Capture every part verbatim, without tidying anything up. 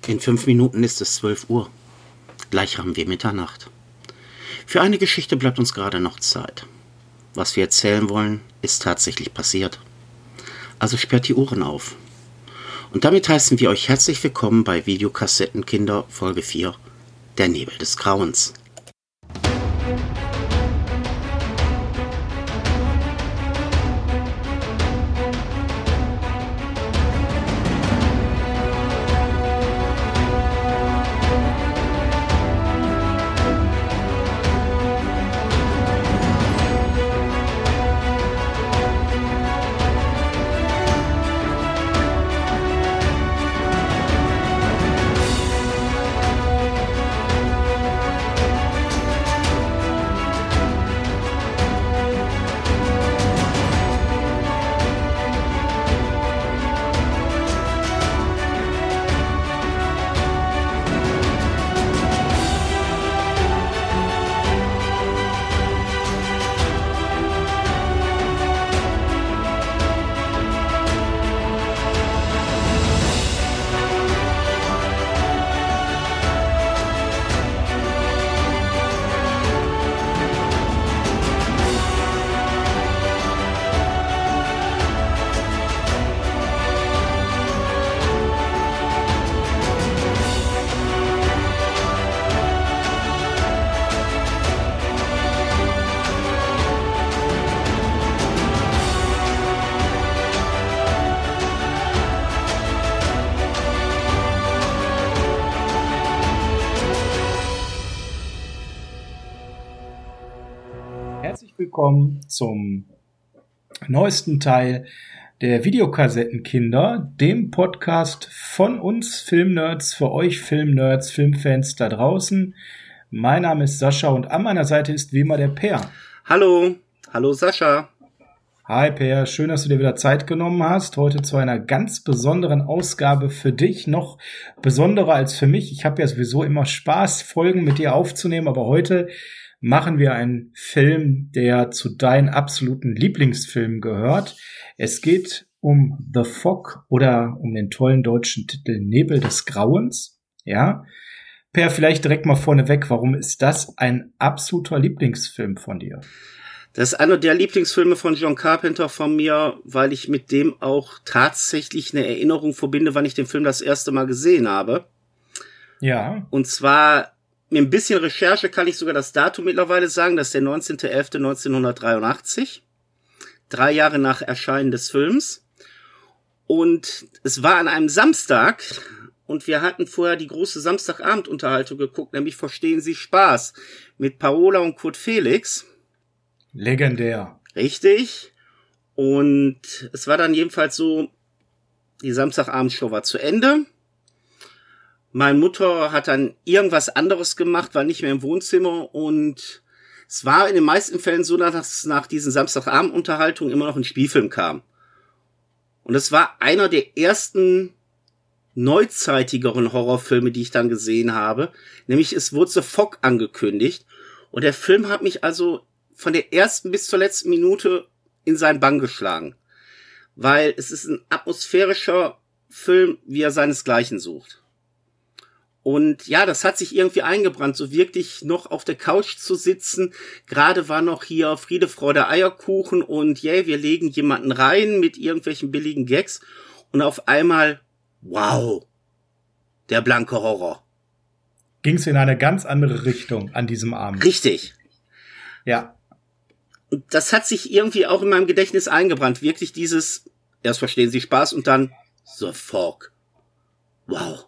In fünf Minuten ist es zwölf Uhr. Gleich haben wir Mitternacht. Für eine Geschichte bleibt uns gerade noch Zeit. Was wir erzählen wollen, ist tatsächlich passiert. Also sperrt die Ohren auf. Und damit heißen wir euch herzlich willkommen bei Videokassettenkinder Folge vier, der Nebel des Grauens. Willkommen zum neuesten Teil der Videokassettenkinder, dem Podcast von uns Filmnerds, für euch Filmnerds, Filmfans da draußen. Mein Name ist Sascha und an meiner Seite ist wie immer der Per. Hallo, hallo Sascha. Hi Per, schön, dass du dir wieder Zeit genommen hast, heute zu einer ganz besonderen Ausgabe für dich, noch besonderer als für mich. Ich habe ja sowieso immer Spaß, Folgen mit dir aufzunehmen, aber heute machen wir einen Film, der zu deinen absoluten Lieblingsfilmen gehört. Es geht um The Fog oder um den tollen deutschen Titel Nebel des Grauens. Ja, Per, vielleicht direkt mal vorneweg, warum ist das ein absoluter Lieblingsfilm von dir? Das ist einer der Lieblingsfilme von John Carpenter von mir, weil ich mit dem auch tatsächlich eine Erinnerung verbinde, wann ich den Film das erste Mal gesehen habe. Ja. Und zwar mit ein bisschen Recherche kann ich sogar das Datum mittlerweile sagen, das ist der neunzehnter elfter neunzehnhundertdreiundachtzig. Drei Jahre nach Erscheinen des Films. Und es war an einem Samstag und wir hatten vorher die große Samstagabendunterhaltung geguckt, nämlich Verstehen Sie Spaß mit Paola und Kurt Felix. Legendär. Richtig. Und es war dann jedenfalls so, die Samstagabendshow war zu Ende. Meine Mutter hat dann irgendwas anderes gemacht, war nicht mehr im Wohnzimmer und es war in den meisten Fällen so, dass nach diesen Samstagabendunterhaltungen immer noch ein Spielfilm kam. Und es war einer der ersten neuzeitigeren Horrorfilme, die ich dann gesehen habe, nämlich es wurde The Fog angekündigt und der Film hat mich also von der ersten bis zur letzten Minute in seinen Bann geschlagen, weil es ist ein atmosphärischer Film, wie er seinesgleichen sucht. Und ja, das hat sich irgendwie eingebrannt, so wirklich noch auf der Couch zu sitzen. Gerade war noch hier Friede, Freude, Eierkuchen und yeah, wir legen jemanden rein mit irgendwelchen billigen Gags. Und auf einmal, wow, der blanke Horror. Ging's in eine ganz andere Richtung an diesem Abend. Richtig. Ja. Und das hat sich irgendwie auch in meinem Gedächtnis eingebrannt. Wirklich dieses, erst Verstehen Sie Spaß und dann The Fog. Wow.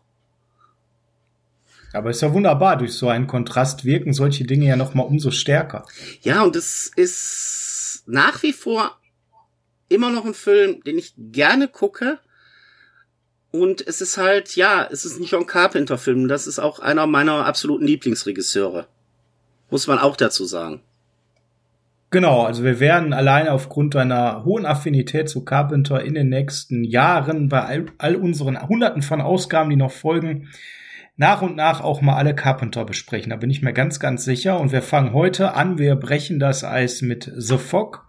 Aber ist ja wunderbar, durch so einen Kontrast wirken solche Dinge ja noch mal umso stärker. Ja, und es ist nach wie vor immer noch ein Film, den ich gerne gucke. Und es ist halt, ja, es ist ein John Carpenter-Film. Das ist auch einer meiner absoluten Lieblingsregisseure. Muss man auch dazu sagen. Genau, also wir werden alleine aufgrund einer hohen Affinität zu Carpenter in den nächsten Jahren bei all, all unseren Hunderten von Ausgaben, die noch folgen, nach und nach auch mal alle Carpenter besprechen. Da bin ich mir ganz, ganz sicher. Und wir fangen heute an. Wir brechen das Eis mit The Fog.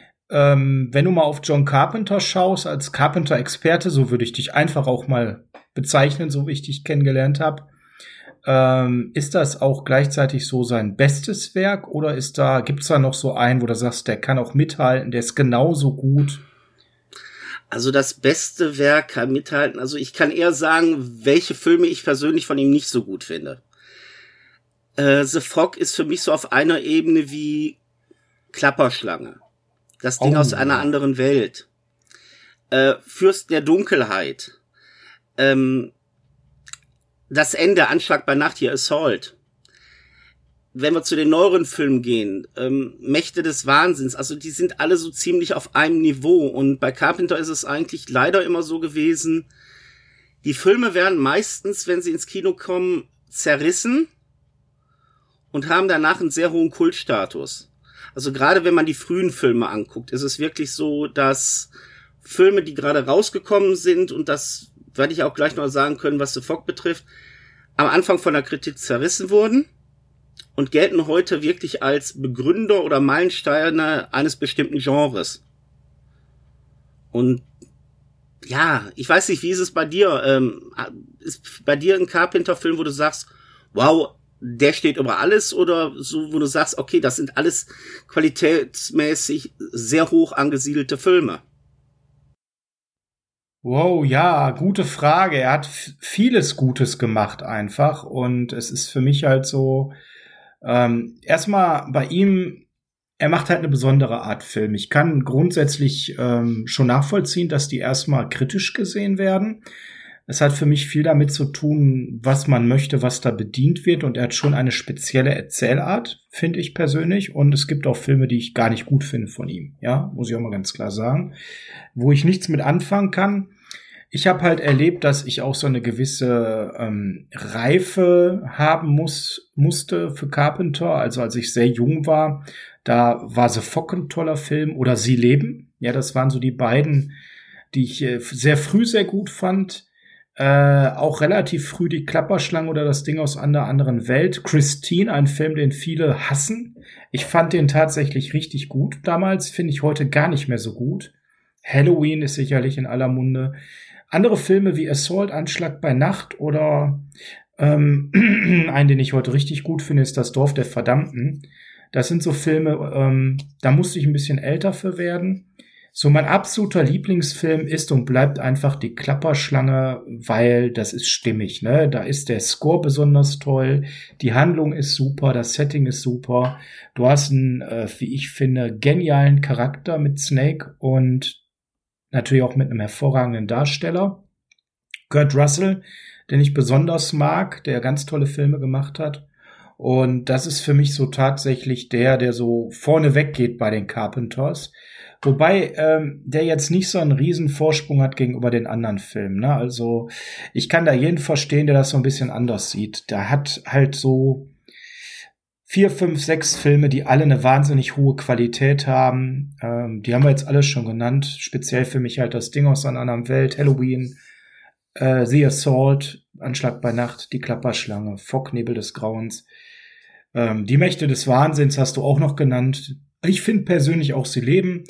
Ähm, wenn du mal auf John Carpenter schaust, als Carpenter-Experte, so würde ich dich einfach auch mal bezeichnen, so wie ich dich kennengelernt habe. Ähm, ist das auch gleichzeitig so sein bestes Werk oder ist da, gibt's da noch so einen, wo du sagst, der kann auch mithalten, der ist genauso gut? Also das beste Werk kann mithalten. Also ich kann eher sagen, welche Filme ich persönlich von ihm nicht so gut finde. Äh, The Fog ist für mich so auf einer Ebene wie Klapperschlange. Das Ding oh. aus einer anderen Welt. Äh, Fürst der Dunkelheit. Ähm, das Ende, Anschlag bei Nacht, hier Assault. Wenn wir zu den neueren Filmen gehen, ähm, Mächte des Wahnsinns, also die sind alle so ziemlich auf einem Niveau. Und bei Carpenter ist es eigentlich leider immer so gewesen, die Filme werden meistens, wenn sie ins Kino kommen, zerrissen und haben danach einen sehr hohen Kultstatus. Also gerade wenn man die frühen Filme anguckt, ist es wirklich so, dass Filme, die gerade rausgekommen sind, und das werde ich auch gleich noch sagen können, was The Fog betrifft, am Anfang von der Kritik zerrissen wurden und gelten heute wirklich als Begründer oder Meilensteine eines bestimmten Genres. Und ja, ich weiß nicht, wie ist es bei dir? Ähm, ist bei dir ein Carpenter-Film, wo du sagst, wow, der steht über alles, oder so, wo du sagst, okay, das sind alles qualitätsmäßig sehr hoch angesiedelte Filme? Wow, ja, gute Frage. Er hat f- vieles Gutes gemacht einfach, und es ist für mich halt so, ähm, erstmal bei ihm, er macht halt eine besondere Art Film. Ich kann grundsätzlich ähm, schon nachvollziehen, dass die erstmal kritisch gesehen werden. Es hat für mich viel damit zu tun, was man möchte, was da bedient wird, und er hat schon eine spezielle Erzählart, finde ich persönlich, und es gibt auch Filme, die ich gar nicht gut finde von ihm, ja, muss ich auch mal ganz klar sagen, wo ich nichts mit anfangen kann. Ich habe halt erlebt, dass ich auch so eine gewisse ähm, Reife haben muss musste für Carpenter. Also als ich sehr jung war, da war The Fog ein toller Film, oder Sie leben. Ja, das waren so die beiden, die ich äh, sehr früh sehr gut fand. Äh, auch relativ früh die Klapperschlange oder das Ding aus einer anderen Welt. Christine, ein Film, den viele hassen. Ich fand den tatsächlich richtig gut damals, finde ich heute gar nicht mehr so gut. Halloween ist sicherlich in aller Munde. Andere Filme wie Assault, Anschlag bei Nacht, oder ähm, einen, den ich heute richtig gut finde, ist Das Dorf der Verdammten. Das sind so Filme, ähm, da musste ich ein bisschen älter für werden. So, mein absoluter Lieblingsfilm ist und bleibt einfach die Klapperschlange, weil das ist stimmig, ne? Da ist der Score besonders toll, die Handlung ist super, das Setting ist super. Du hast einen, äh, wie ich finde, genialen Charakter mit Snake und natürlich auch mit einem hervorragenden Darsteller. Kurt Russell, den ich besonders mag, der ganz tolle Filme gemacht hat. Und das ist für mich so tatsächlich der, der so vorne weggeht bei den Carpenters. Wobei ähm, der jetzt nicht so einen riesen Vorsprung hat gegenüber den anderen Filmen, ne? Also ich kann da jeden verstehen, der das so ein bisschen anders sieht. Der hat halt so vier, fünf, sechs Filme, die alle eine wahnsinnig hohe Qualität haben. Ähm, die haben wir jetzt alle schon genannt. Speziell für mich halt das Ding aus einer anderen Welt, Halloween, äh, The Assault, Anschlag bei Nacht, Die Klapperschlange, Fog, Nebel des Grauens. Ähm, die Mächte des Wahnsinns hast du auch noch genannt. Ich finde persönlich auch Sie leben.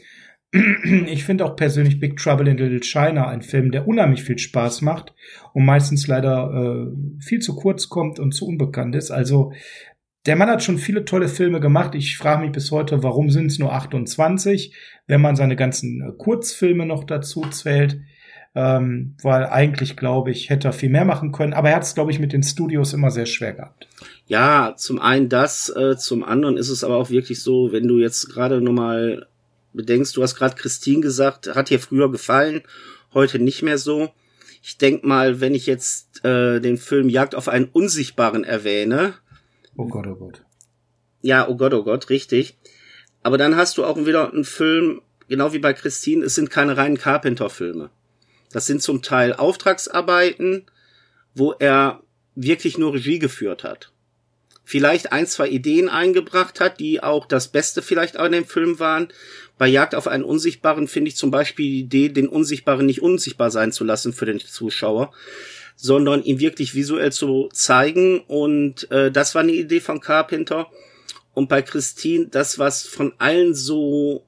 Ich finde auch persönlich Big Trouble in Little China ein Film, der unheimlich viel Spaß macht und meistens leider äh, viel zu kurz kommt und zu unbekannt ist. Also der Mann hat schon viele tolle Filme gemacht. Ich frage mich bis heute, warum sind es nur achtundzwanzig, wenn man seine ganzen äh, Kurzfilme noch dazu zählt. Ähm, weil eigentlich, glaube ich, hätte er viel mehr machen können. Aber er hat es, glaube ich, mit den Studios immer sehr schwer gehabt. Ja, zum einen das, äh, zum anderen ist es aber auch wirklich so, wenn du jetzt gerade nochmal bedenkst, du hast gerade Christine gesagt, hat dir früher gefallen, heute nicht mehr so. Ich denk mal, wenn ich jetzt äh, den Film Jagd auf einen Unsichtbaren erwähne. Oh Gott, oh Gott. Ja, oh Gott, oh Gott, richtig. Aber dann hast du auch wieder einen Film, genau wie bei Christine, es sind keine reinen Carpenter-Filme. Das sind zum Teil Auftragsarbeiten, wo er wirklich nur Regie geführt hat. Vielleicht ein, zwei Ideen eingebracht hat, die auch das Beste vielleicht an dem Film waren. Bei Jagd auf einen Unsichtbaren finde ich zum Beispiel die Idee, den Unsichtbaren nicht unsichtbar sein zu lassen für den Zuschauer, sondern ihn wirklich visuell zu zeigen. Und äh, das war eine Idee von Carpenter. Und bei Christine, das, was von allen so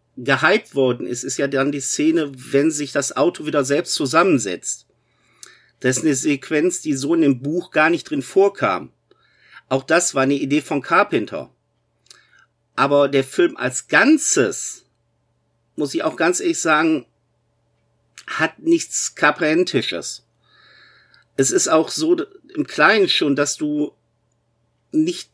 gehypt worden ist, ist ja dann die Szene, wenn sich das Auto wieder selbst zusammensetzt. Das ist eine Sequenz, die so in dem Buch gar nicht drin vorkam. Auch das war eine Idee von Carpenter. Aber der Film als Ganzes, muss ich auch ganz ehrlich sagen, hat nichts Carpentisches. Es ist auch so im Kleinen schon, dass du nicht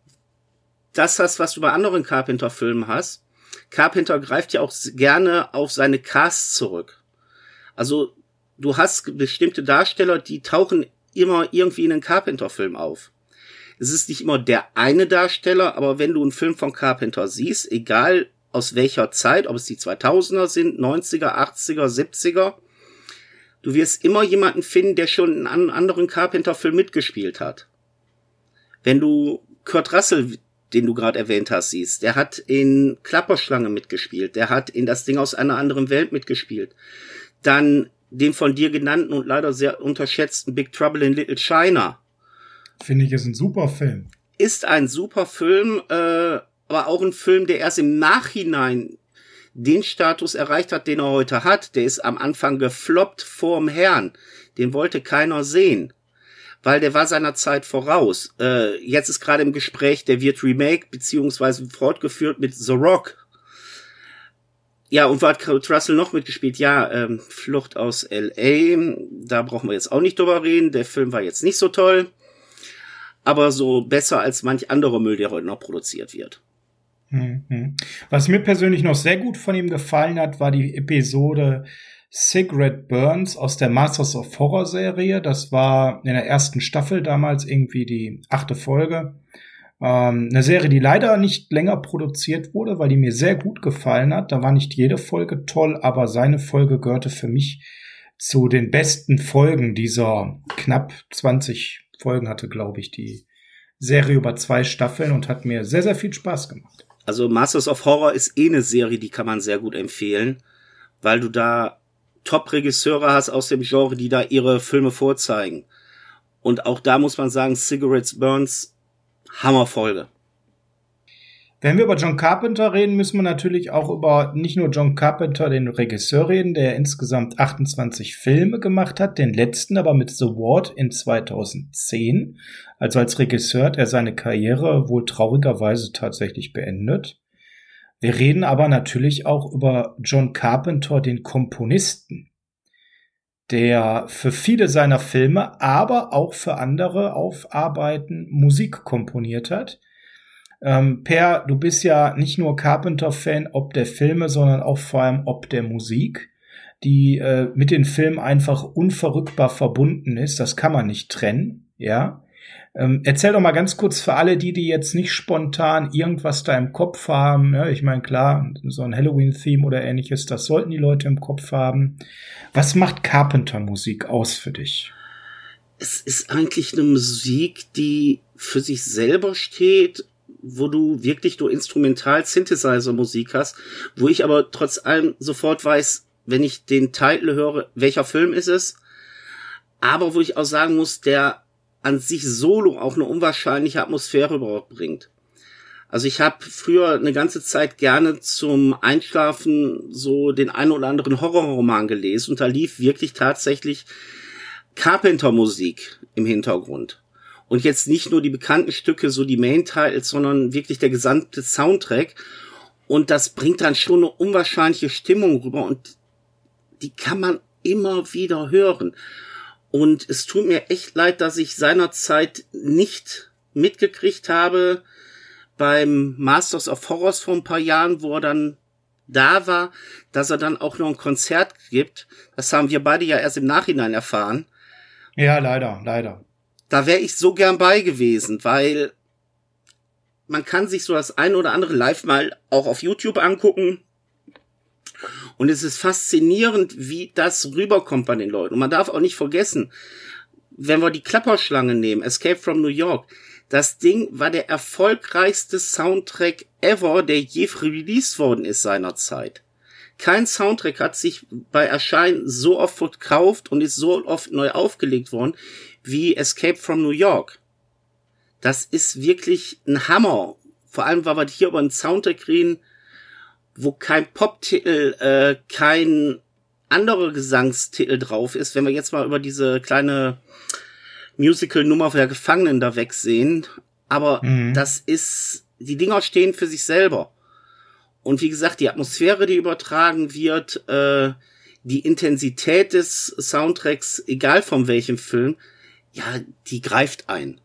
das hast, was du bei anderen Carpenter-Filmen hast. Carpenter greift ja auch gerne auf seine Casts zurück. Also du hast bestimmte Darsteller, die tauchen immer irgendwie in einem Carpenter-Film auf. Es ist nicht immer der eine Darsteller, aber wenn du einen Film von Carpenter siehst, egal aus welcher Zeit, ob es die zweitausender sind, neunziger, achtziger, siebziger, du wirst immer jemanden finden, der schon in einem anderen Carpenter-Film mitgespielt hat. Wenn du Kurt Russell, den du gerade erwähnt hast, siehst, der hat in Klapperschlange mitgespielt, der hat in Das Ding aus einer anderen Welt mitgespielt. Dann den von dir genannten und leider sehr unterschätzten Big Trouble in Little China. Finde ich, ist ein super Film. Ist ein super Film, äh, aber auch ein Film, der erst im Nachhinein den Status erreicht hat, den er heute hat. Der ist am Anfang gefloppt vorm Herrn. Den wollte keiner sehen, weil der war seiner Zeit voraus. Äh, jetzt ist gerade im Gespräch, der wird remake beziehungsweise fortgeführt mit The Rock. Ja, und wo hat Kurt Russell noch mitgespielt? Ja, ähm, Flucht aus L A. Da brauchen wir jetzt auch nicht drüber reden. Der Film war jetzt nicht so toll, aber so besser als manch anderer Müll, der heute noch produziert wird. Mhm. Was mir persönlich noch sehr gut von ihm gefallen hat, war die Episode Cigarette Burns aus der Masters of Horror Serie. Das war in der ersten Staffel damals irgendwie die achte Folge. Ähm, eine Serie, die leider nicht länger produziert wurde, weil die mir sehr gut gefallen hat. Da war nicht jede Folge toll, aber seine Folge gehörte für mich zu den besten Folgen dieser knapp zwanzig Folgen hatte, glaube ich, die Serie über zwei Staffeln und hat mir sehr, sehr viel Spaß gemacht. Also Masters of Horror ist eh eine Serie, die kann man sehr gut empfehlen, weil du da Top-Regisseure hast aus dem Genre, die da ihre Filme vorzeigen. Und auch da muss man sagen, Cigarettes Burns, Hammerfolge. Wenn wir über John Carpenter reden, müssen wir natürlich auch über nicht nur John Carpenter, den Regisseur, reden, der insgesamt achtundzwanzig Filme gemacht hat, den letzten aber mit The Ward in zweitausendzehn. Also als Regisseur hat er seine Karriere wohl traurigerweise tatsächlich beendet. Wir reden aber natürlich auch über John Carpenter, den Komponisten, der für viele seiner Filme, aber auch für andere Aufarbeiten Musik komponiert hat. Ähm, Per, du bist ja nicht nur Carpenter-Fan ob der Filme, sondern auch vor allem ob der Musik, die äh, mit den Filmen einfach unverrückbar verbunden ist. Das kann man nicht trennen, ja. Ähm, erzähl doch mal ganz kurz für alle, die, die jetzt nicht spontan irgendwas da im Kopf haben. Ja, ich meine, klar, so ein Halloween-Theme oder ähnliches, das sollten die Leute im Kopf haben. Was macht Carpenter-Musik aus für dich? Es ist eigentlich eine Musik, die für sich selber steht, wo du wirklich nur Instrumental-Synthesizer-Musik hast, wo ich aber trotz allem sofort weiß, wenn ich den Titel höre, welcher Film ist es, aber wo ich auch sagen muss, der an sich solo auch eine unwahrscheinliche Atmosphäre überhaupt bringt. Also ich habe früher eine ganze Zeit gerne zum Einschlafen so den einen oder anderen Horrorroman gelesen und da lief wirklich tatsächlich Carpenter-Musik im Hintergrund. Und jetzt nicht nur die bekannten Stücke, so die Main-Titles, sondern wirklich der gesamte Soundtrack. Und das bringt dann schon eine unwahrscheinliche Stimmung rüber und die kann man immer wieder hören. Und es tut mir echt leid, dass ich seinerzeit nicht mitgekriegt habe beim Masters of Horrors vor ein paar Jahren, wo er dann da war, dass er dann auch noch ein Konzert gibt. Das haben wir beide ja erst im Nachhinein erfahren. Ja, leider, leider. Da wäre ich so gern bei gewesen, weil man kann sich so das ein oder andere live mal auch auf YouTube angucken. Und es ist faszinierend, wie das rüberkommt bei den Leuten. Und man darf auch nicht vergessen, wenn wir die Klapperschlange nehmen, Escape from New York, das Ding war der erfolgreichste Soundtrack ever, der je released worden ist seinerzeit. Kein Soundtrack hat sich bei Erscheinen so oft verkauft und ist so oft neu aufgelegt worden wie Escape from New York. Das ist wirklich ein Hammer. Vor allem, weil wir hier über einen Soundtrack reden, wo kein Pop-Titel, äh, kein andere Gesangstitel drauf ist, wenn wir jetzt mal über diese kleine Musical-Nummer der Gefangenen da wegsehen, aber mhm. das ist, die Dinger stehen für sich selber. Und wie gesagt, die Atmosphäre, die übertragen wird, äh, die Intensität des Soundtracks, egal von welchem Film, ja, die greift ein.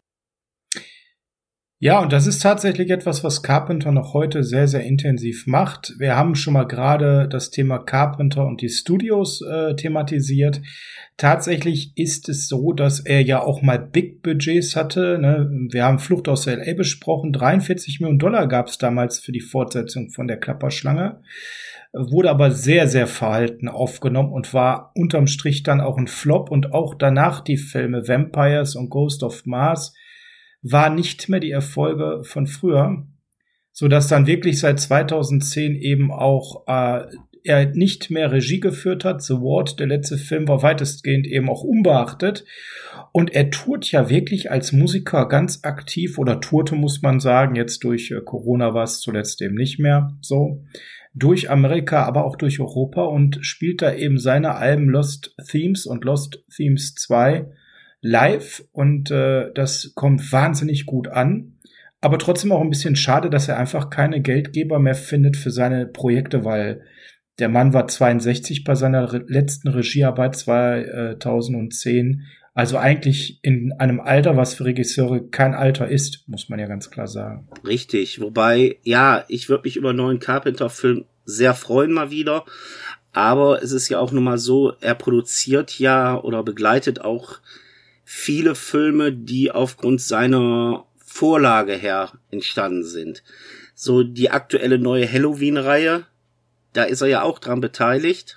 Ja, und das ist tatsächlich etwas, was Carpenter noch heute sehr, sehr intensiv macht. Wir haben schon mal gerade das Thema Carpenter und die Studios äh, thematisiert. Tatsächlich ist es so, dass er ja auch mal Big Budgets hatte. Ne? Wir haben Flucht aus L A besprochen. dreiundvierzig Millionen Dollar gab es damals für die Fortsetzung von der Klapperschlange. Wurde aber sehr, sehr verhalten aufgenommen und war unterm Strich dann auch ein Flop. Und auch danach die Filme Vampires und Ghost of Mars war nicht mehr die Erfolge von früher, so dass dann wirklich seit zweitausendzehn eben auch äh, er nicht mehr Regie geführt hat. The Ward, der letzte Film, war weitestgehend eben auch unbeachtet. Und er tourt ja wirklich als Musiker ganz aktiv, oder tourte, muss man sagen, jetzt durch äh, Corona war es zuletzt eben nicht mehr so, durch Amerika, aber auch durch Europa und spielt da eben seine Alben Lost Themes und Lost Themes zwei live, und äh, das kommt wahnsinnig gut an, aber trotzdem auch ein bisschen schade, dass er einfach keine Geldgeber mehr findet für seine Projekte, weil der Mann war zweiundsechzig bei seiner re- letzten Regiearbeit zweitausendzehn, also eigentlich in einem Alter, was für Regisseure kein Alter ist, muss man ja ganz klar sagen. Richtig, wobei, ja, ich würde mich über einen neuen Carpenter-Film sehr freuen mal wieder, aber es ist ja auch nun mal so, er produziert ja oder begleitet auch viele Filme, die aufgrund seiner Vorlage her entstanden sind. So die aktuelle neue Halloween-Reihe, da ist er ja auch dran beteiligt.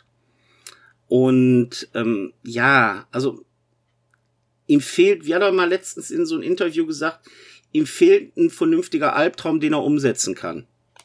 Und ähm, ja, also ihm fehlt, wie hat er mal letztens in so einem Interview gesagt, ihm fehlt ein vernünftiger Albtraum, den er umsetzen kann.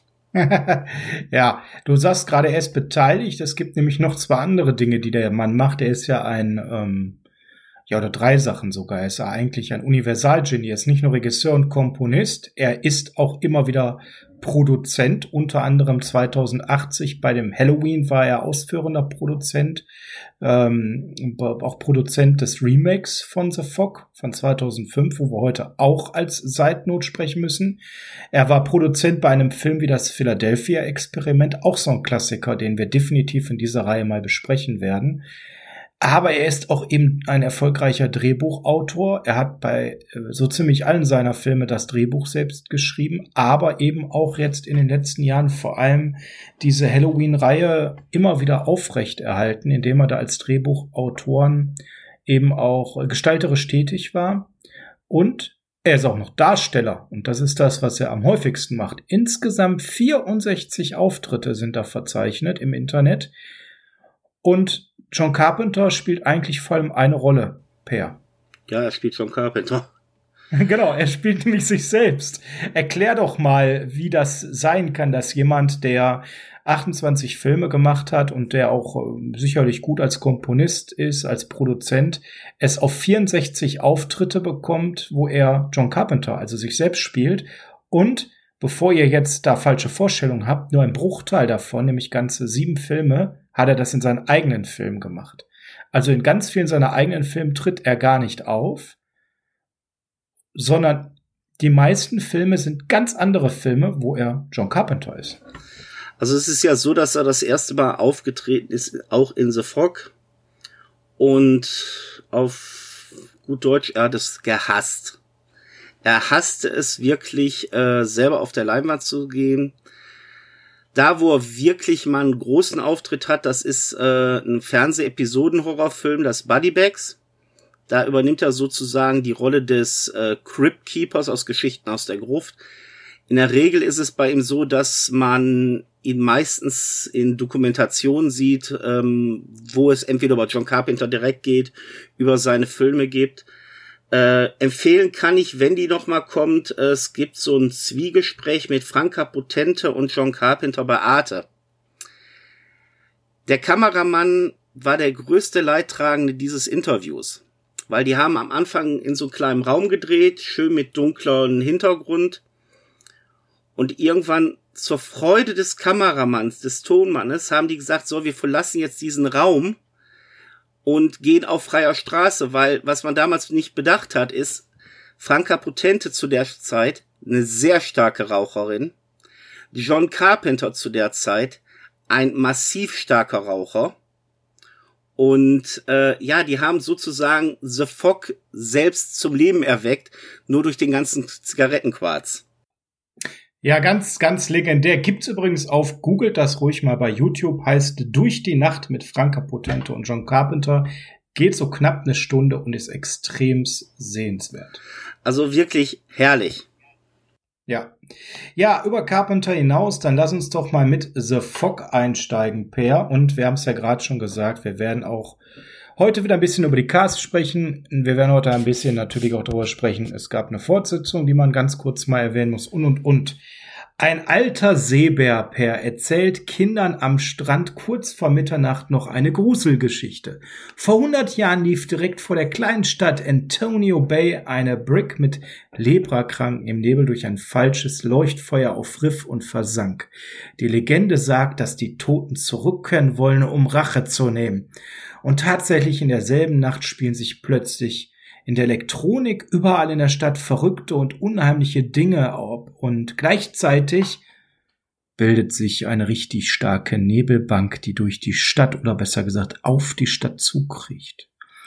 Ja, du sagst gerade, er ist beteiligt. Es gibt nämlich noch zwei andere Dinge, die der Mann macht. Er ist ja ein ähm Ja, oder drei Sachen sogar. Er ist ja eigentlich ein Universalgenie. Er ist nicht nur Regisseur und Komponist, er ist auch immer wieder Produzent. Unter anderem zweitausendachtzig bei dem Halloween war er ausführender Produzent, ähm, auch Produzent des Remakes von The Fog von zweitausendfünf, wo wir heute auch als Seitnot sprechen müssen. Er war Produzent bei einem Film wie das Philadelphia-Experiment, auch so ein Klassiker, den wir definitiv in dieser Reihe mal besprechen werden. Aber er ist auch eben ein erfolgreicher Drehbuchautor. Er hat bei so ziemlich allen seiner Filme das Drehbuch selbst geschrieben, aber eben auch jetzt in den letzten Jahren vor allem diese Halloween-Reihe immer wieder aufrechterhalten, indem er da als Drehbuchautor eben auch gestalterisch tätig war. Und er ist auch noch Darsteller. Und das ist das, was er am häufigsten macht. Insgesamt vierundsechzig Auftritte sind da verzeichnet im Internet. Und John Carpenter spielt eigentlich vor allem eine Rolle, Per. Ja, er spielt John Carpenter. Genau, er spielt nämlich sich selbst. Erklär doch mal, wie das sein kann, dass jemand, der achtundzwanzig Filme gemacht hat und der auch äh, sicherlich gut als Komponist ist, als Produzent, es auf vierundsechzig Auftritte bekommt, wo er John Carpenter, also sich selbst spielt. Und bevor ihr jetzt da falsche Vorstellungen habt, nur ein Bruchteil davon, nämlich ganze sieben Filme, hat er das in seinen eigenen Filmen gemacht. Also in ganz vielen seiner eigenen Filmen tritt er gar nicht auf, sondern die meisten Filme sind ganz andere Filme, wo er John Carpenter ist. Also es ist ja so, dass er das erste Mal aufgetreten ist, auch in The Fog. Und auf gut Deutsch, er hat es gehasst. Er hasste es wirklich, äh, selber auf der Leinwand zu gehen. Da, wo er wirklich mal einen großen Auftritt hat, das ist äh, ein Fernseh-Episoden-Horrorfilm, das Buddy Bags. Da übernimmt er sozusagen die Rolle des äh, Crypt Keepers aus Geschichten aus der Gruft. In der Regel ist es bei ihm so, dass man ihn meistens in Dokumentationen sieht, ähm, wo es entweder über John Carpenter direkt geht, über seine Filme geht. Äh, empfehlen kann ich, wenn die noch mal kommt, äh, es gibt so ein Zwiegespräch mit Franka Potente und John Carpenter bei Arte. Der Kameramann war der größte Leidtragende dieses Interviews, weil die haben am Anfang in so einem kleinen Raum gedreht, schön mit dunklem Hintergrund, und irgendwann zur Freude des Kameramanns, des Tonmannes, haben die gesagt, so, wir verlassen jetzt diesen Raum und gehen auf freier Straße, weil was man damals nicht bedacht hat, ist, Franka Potente zu der Zeit eine sehr starke Raucherin, John Carpenter zu der Zeit ein massiv starker Raucher und äh, ja, die haben sozusagen The Fog selbst zum Leben erweckt, nur durch den ganzen Zigarettenquarz. Ja, ganz, ganz legendär. Gibt's übrigens auf, googelt das ruhig mal bei YouTube, heißt Durch die Nacht mit Franka Potente und John Carpenter. Geht so knapp eine Stunde und ist extrem sehenswert. Also wirklich herrlich. Ja. Ja, über Carpenter hinaus, dann lass uns doch mal mit The Fog einsteigen, Per. Und wir haben es ja gerade schon gesagt, wir werden auch heute wieder ein bisschen über die Cast sprechen. Wir werden heute ein bisschen natürlich auch darüber sprechen. Es gab eine Fortsetzung, die man ganz kurz mal erwähnen muss. Und, und, und. Ein alter Seebär, Per, erzählt Kindern am Strand kurz vor Mitternacht noch eine Gruselgeschichte. Vor hundert Jahren lief direkt vor der kleinen Stadt Antonio Bay eine Brig mit Leprakranken im Nebel durch ein falsches Leuchtfeuer auf Riff und versank. Die Legende sagt, dass die Toten zurückkehren wollen, um Rache zu nehmen. Und tatsächlich in derselben Nacht spielen sich plötzlich in der Elektronik überall in der Stadt verrückte und unheimliche Dinge ab. Und gleichzeitig bildet sich eine richtig starke Nebelbank, die durch die Stadt oder besser gesagt auf die Stadt zukriecht.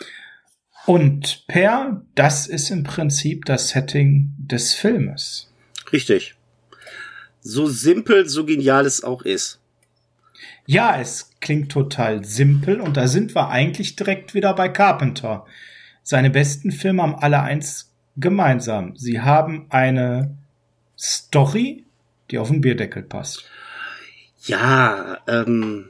Und Per, das ist im Prinzip das Setting des Filmes. Richtig. So simpel, so genial es auch ist. Ja, es klingt total simpel und da sind wir eigentlich direkt wieder bei Carpenter. Seine besten Filme haben alle eins gemeinsam. Sie haben eine Story, die auf den Bierdeckel passt. Ja, ähm,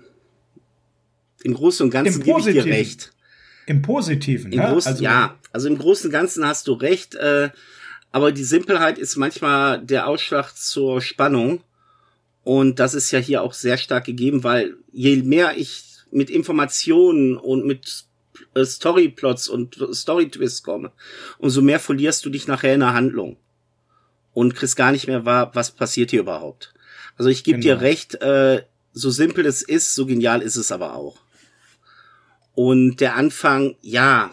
im Großen und Ganzen gebe ich dir recht. Im Positiven, Im ne? Großen, also, ja, also im Großen und Ganzen hast du recht, äh, aber die Simpelheit ist manchmal der Ausschlag zur Spannung und das ist ja hier auch sehr stark gegeben, weil je mehr ich mit Informationen und mit Storyplots und Storytwists komme, umso mehr verlierst du dich nachher in der Handlung und kriegst gar nicht mehr wahr, was passiert hier überhaupt. Also ich gebe genau. dir recht, äh, so simpel es ist, so genial ist es aber auch. Und der Anfang, ja,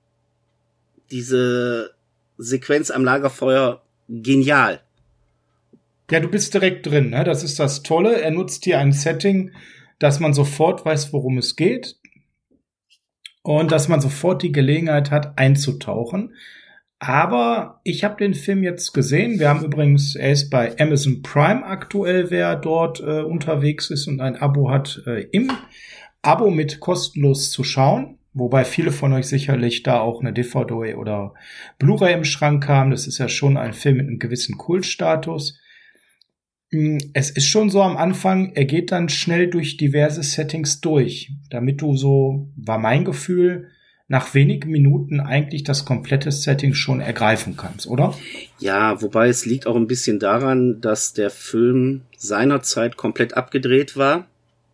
diese Sequenz am Lagerfeuer, genial. Ja, du bist direkt drin, ne? Das ist das Tolle. Er nutzt hier ein Setting, dass man sofort weiß, worum es geht. Und dass man sofort die Gelegenheit hat, einzutauchen. Aber ich habe den Film jetzt gesehen. Wir haben übrigens, er ist bei Amazon Prime aktuell, wer dort äh, unterwegs ist und ein Abo hat, äh, im Abo mit kostenlos zu schauen. Wobei viele von euch sicherlich da auch eine D V D oder Blu-ray im Schrank haben. Das ist ja schon ein Film mit einem gewissen Kultstatus. Es ist schon so am Anfang, er geht dann schnell durch diverse Settings durch, damit du so, war mein Gefühl, nach wenigen Minuten eigentlich das komplette Setting schon ergreifen kannst, oder? Ja, wobei es liegt auch ein bisschen daran, dass der Film seinerzeit komplett abgedreht war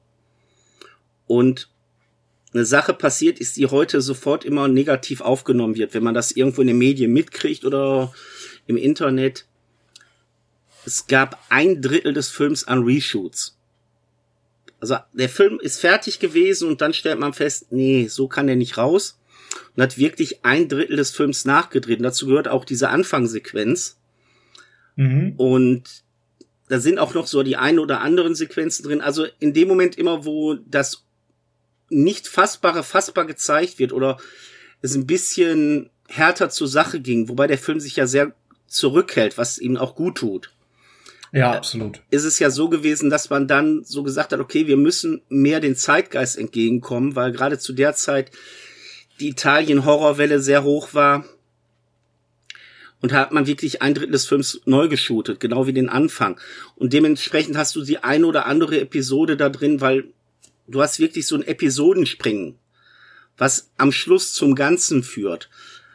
und eine Sache passiert ist, die heute sofort immer negativ aufgenommen wird, wenn man das irgendwo in den Medien mitkriegt oder im Internet. Es gab ein Drittel des Films an Reshoots. Also der Film ist fertig gewesen und dann stellt man fest, nee, so kann der nicht raus. Und hat wirklich ein Drittel des Films nachgedreht. Und dazu gehört auch diese Anfangssequenz. Mhm. Und da sind auch noch so die ein oder anderen Sequenzen drin. Also in dem Moment immer, wo das nicht Fassbare fassbar gezeigt wird oder es ein bisschen härter zur Sache ging, wobei der Film sich ja sehr zurückhält, was ihm auch gut tut. Ja, absolut. Ist es ja so gewesen, dass man dann so gesagt hat, okay, wir müssen mehr den Zeitgeist entgegenkommen, weil gerade zu der Zeit die Italien-Horrorwelle sehr hoch war. Und da hat man wirklich ein Drittel des Films neu geshootet, genau wie den Anfang. Und dementsprechend hast du die eine oder andere Episode da drin, weil du hast wirklich so ein Episodenspringen, was am Schluss zum Ganzen führt.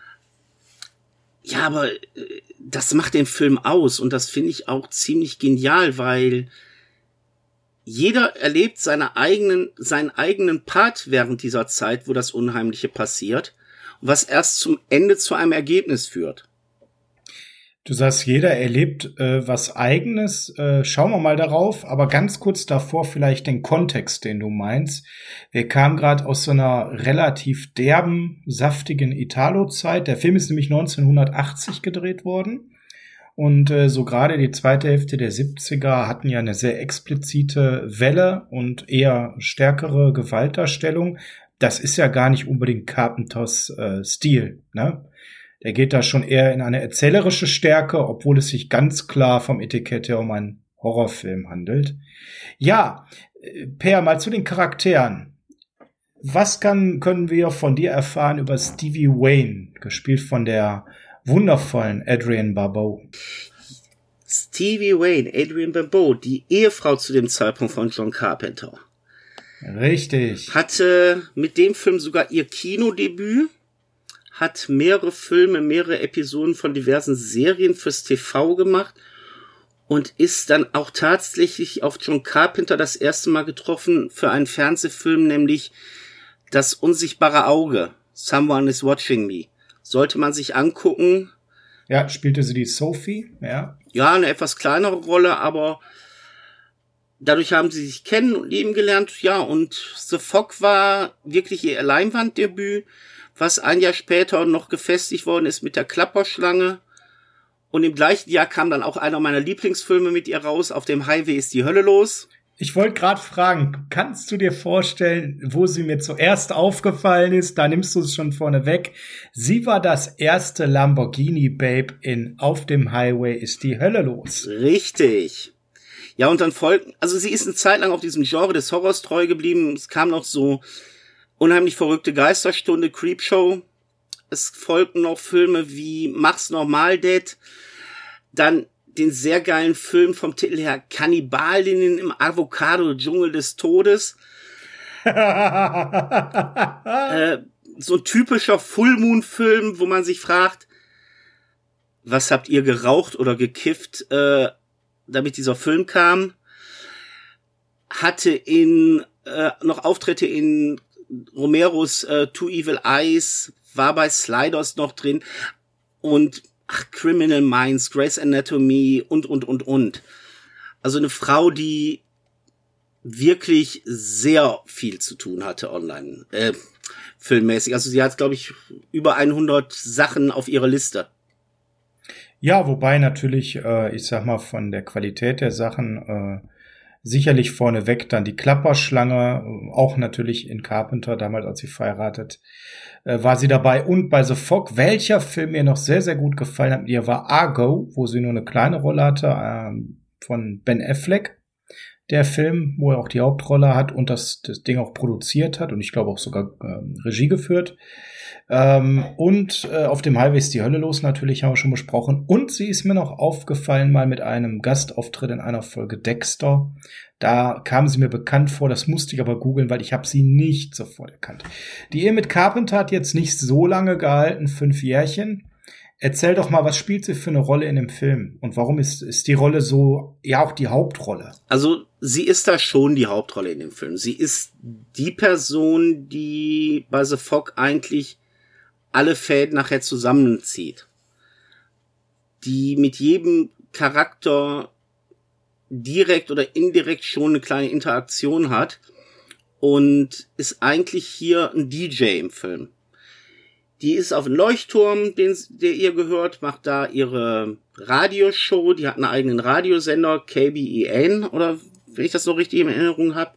Ja, aber das macht den Film aus und das finde ich auch ziemlich genial, weil jeder erlebt seine eigenen, seinen eigenen Part während dieser Zeit, wo das Unheimliche passiert, was erst zum Ende zu einem Ergebnis führt. Du sagst, jeder erlebt äh, was Eigenes. Äh, schauen wir mal darauf. Aber ganz kurz davor vielleicht den Kontext, den du meinst. Wir kamen gerade aus so einer relativ derben, saftigen Italo-Zeit. Der Film ist nämlich neunzehnhundertachtzig gedreht worden. Und äh, so gerade die zweite Hälfte der siebziger hatten ja eine sehr explizite Welle und eher stärkere Gewaltdarstellung. Das ist ja gar nicht unbedingt Carpenters äh, Stil, ne? Der geht da schon eher in eine erzählerische Stärke, obwohl es sich ganz klar vom Etikett her um einen Horrorfilm handelt. Ja, Per, mal zu den Charakteren. Was kann, können wir von dir erfahren über Stevie Wayne, gespielt von der wundervollen Adrienne Barbeau? Stevie Wayne, Adrienne Barbeau, die Ehefrau zu dem Zeitpunkt von John Carpenter. Richtig. Hatte mit dem Film sogar ihr Kinodebüt, hat mehrere Filme, mehrere Episoden von diversen Serien fürs T V gemacht und ist dann auch tatsächlich auf John Carpenter das erste Mal getroffen für einen Fernsehfilm, nämlich Das unsichtbare Auge. Someone is watching me. Sollte man sich angucken. Ja, spielte sie die Sophie, ja. Ja, eine etwas kleinere Rolle, aber dadurch haben sie sich kennen und lieben gelernt. Ja, und The Fog war wirklich ihr Leinwanddebüt, was ein Jahr später noch gefestigt worden ist mit der Klapperschlange. Und im gleichen Jahr kam dann auch einer meiner Lieblingsfilme mit ihr raus. Auf dem Highway ist die Hölle los. Ich wollte gerade fragen, kannst du dir vorstellen, wo sie mir zuerst aufgefallen ist? Da nimmst du es schon vorne weg. Sie war das erste Lamborghini-Babe in Auf dem Highway ist die Hölle los. Richtig. Ja, und dann folgten, also sie ist eine Zeit lang auf diesem Genre des Horrors treu geblieben. Es kam noch so Unheimlich verrückte Geisterstunde, Creepshow. Es folgten noch Filme wie Mach's normal, Dad. Dann den sehr geilen Film vom Titel her Kannibalinnen im Avocado-Dschungel des Todes. äh, so ein typischer Full-Moon-Film, wo man sich fragt, was habt ihr geraucht oder gekifft, äh, damit dieser Film kam. Hatte in äh, noch Auftritte in Romeros äh, Two Evil Eyes, war bei Sliders noch drin und ach, Criminal Minds, Grey's Anatomy und, und, und, und. Also eine Frau, die wirklich sehr viel zu tun hatte online, äh, filmmäßig. Also sie hat, glaube ich, über hundert Sachen auf ihrer Liste. Ja, wobei natürlich, äh, ich sag mal, von der Qualität der Sachen äh, sicherlich vorneweg dann die Klapperschlange, auch natürlich in Carpenter, damals als sie verheiratet, äh, war sie dabei. Und bei The Fog, welcher Film mir noch sehr, sehr gut gefallen hat, ihr war Argo, wo sie nur eine kleine Rolle hatte, äh, von Ben Affleck. Der Film, wo er auch die Hauptrolle hat und das, das Ding auch produziert hat und ich glaube auch sogar äh, Regie geführt. Ähm, und äh, auf dem Highway ist die Hölle los, natürlich, haben wir schon besprochen. Und sie ist mir noch aufgefallen, mal mit einem Gastauftritt in einer Folge Dexter. Da kam sie mir bekannt vor, das musste ich aber googeln, weil ich habe sie nicht sofort erkannt. Die Ehe mit Carpenter hat jetzt nicht so lange gehalten, fünf Jährchen. Erzähl doch mal, was spielt sie für eine Rolle in dem Film? Und warum ist, ist die Rolle so, ja, auch die Hauptrolle? Also, sie ist da schon die Hauptrolle in dem Film. Sie ist die Person, die bei The Fog eigentlich alle Fäden nachher zusammenzieht. Die mit jedem Charakter direkt oder indirekt schon eine kleine Interaktion hat und ist eigentlich hier ein D J im Film. Die ist auf dem Leuchtturm, den, der ihr gehört, macht da ihre Radioshow. Die hat einen eigenen Radiosender, K B E N, oder wenn ich das noch richtig in Erinnerung habe.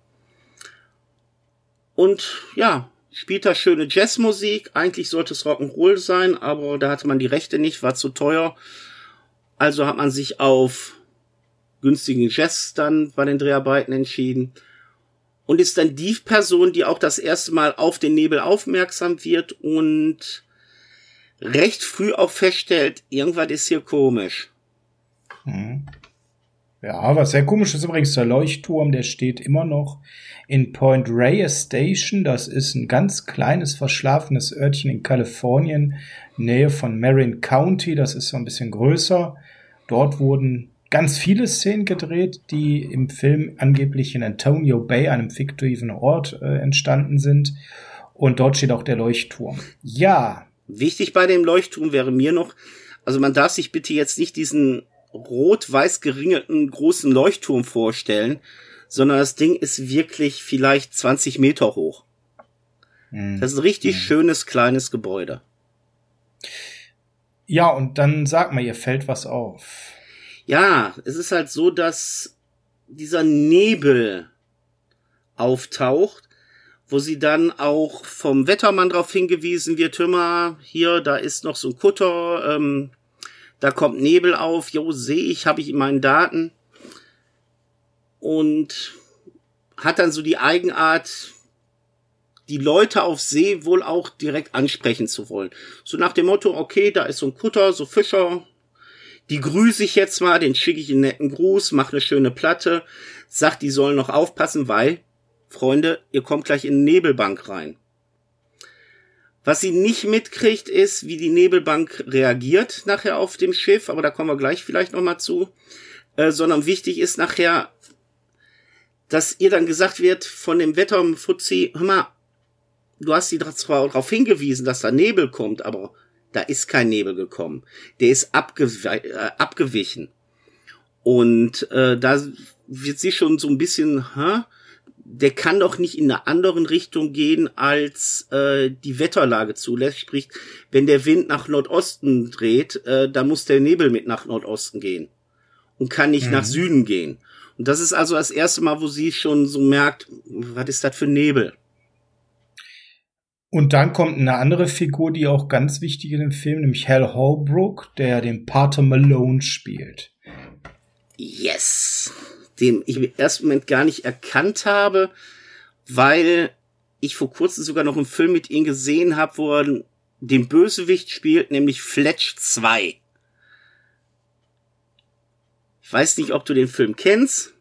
Und ja, spielt da schöne Jazzmusik. Eigentlich sollte es Rock'n'Roll sein, aber da hatte man die Rechte nicht, war zu teuer. Also hat man sich auf günstigen Jazz dann bei den Dreharbeiten entschieden. Und ist dann die Person, die auch das erste Mal auf den Nebel aufmerksam wird und recht früh auch feststellt, irgendwas ist hier komisch. Hm. Ja, was sehr komisch ist übrigens der Leuchtturm, der steht immer noch in Point Reyes Station. Das ist ein ganz kleines, verschlafenes Örtchen in Kalifornien, Nähe von Marin County. Das ist so ein bisschen größer. Dort wurden ganz viele Szenen gedreht, die im Film angeblich in Antonio Bay, einem fiktiven Ort, äh, entstanden sind. Und dort steht auch der Leuchtturm. Ja. Wichtig bei dem Leuchtturm wäre mir noch, Also man darf sich bitte jetzt nicht diesen rot-weiß geringelten großen Leuchtturm vorstellen, sondern das Ding ist wirklich vielleicht zwanzig Meter hoch. Mhm. Das ist ein richtig mhm. schönes, kleines Gebäude. Ja, und dann sag mal, ihr fällt was auf. Ja, es ist halt so, dass dieser Nebel auftaucht, wo sie dann auch vom Wettermann darauf hingewiesen wird, hör mal, hier, da ist noch so ein Kutter, ähm, da kommt Nebel auf, jo, sehe ich, habe ich in meinen Daten. Und hat dann so die Eigenart, die Leute auf See wohl auch direkt ansprechen zu wollen. So nach dem Motto, okay, da ist so ein Kutter, so Fischer, die grüße ich jetzt mal, den schicke ich einen netten Gruß, mach eine schöne Platte, sag, die sollen noch aufpassen, weil, Freunde, ihr kommt gleich in eine Nebelbank rein. Was sie nicht mitkriegt, ist, wie die Nebelbank reagiert nachher auf dem Schiff, aber da kommen wir gleich vielleicht noch mal zu, äh, sondern wichtig ist nachher, dass ihr dann gesagt wird von dem Wetterfuzzi, hör mal, du hast sie zwar darauf hingewiesen, dass da Nebel kommt, aber da ist kein Nebel gekommen. Der ist abgew- äh, abgewichen. Und äh, da wird sie schon so ein bisschen, hä? Der kann doch nicht in eine andere Richtung gehen, als äh, die Wetterlage zulässt. Sprich, wenn der Wind nach Nordosten dreht, äh, da muss der Nebel mit nach Nordosten gehen und kann nicht mhm. nach Süden gehen. Und das ist also das erste Mal, wo sie schon so merkt, was ist das für Nebel? Und dann kommt eine andere Figur, die auch ganz wichtig in dem Film, nämlich Hal Holbrook, der den Pater Malone spielt. Yes! Den ich im ersten Moment gar nicht erkannt habe, weil ich vor kurzem sogar noch einen Film mit ihm gesehen habe, wo er den Bösewicht spielt, nämlich Fletch zwei. Ich weiß nicht, ob du den Film kennst.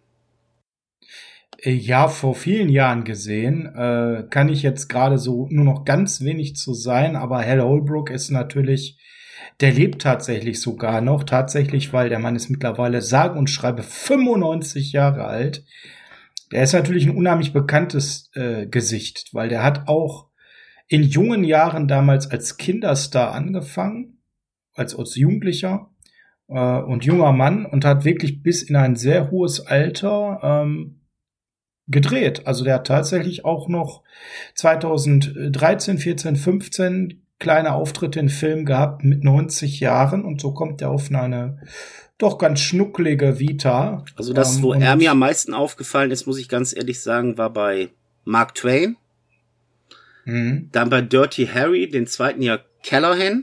Ja, vor vielen Jahren gesehen. Äh, kann ich jetzt gerade so nur noch ganz wenig zu sein, aber Hal Holbrook ist natürlich, der lebt tatsächlich sogar noch, tatsächlich, weil der Mann ist mittlerweile sage und schreibe fünfundneunzig Jahre alt. Der ist natürlich ein unheimlich bekanntes äh, Gesicht, weil der hat auch in jungen Jahren damals als Kinderstar angefangen, als, als Jugendlicher äh, und junger Mann und hat wirklich bis in ein sehr hohes Alter ähm, gedreht. Also der hat tatsächlich auch noch zweitausenddreizehn, vierzehn, fünfzehn kleine Auftritte in Filmen gehabt mit neunzig Jahren und so kommt er auf eine doch ganz schnucklige Vita. Also das, wo ähm, er mir am meisten aufgefallen ist, muss ich ganz ehrlich sagen, war bei Mark Twain. Mhm. Dann bei Dirty Harry, den zweiten Jahr Callahan.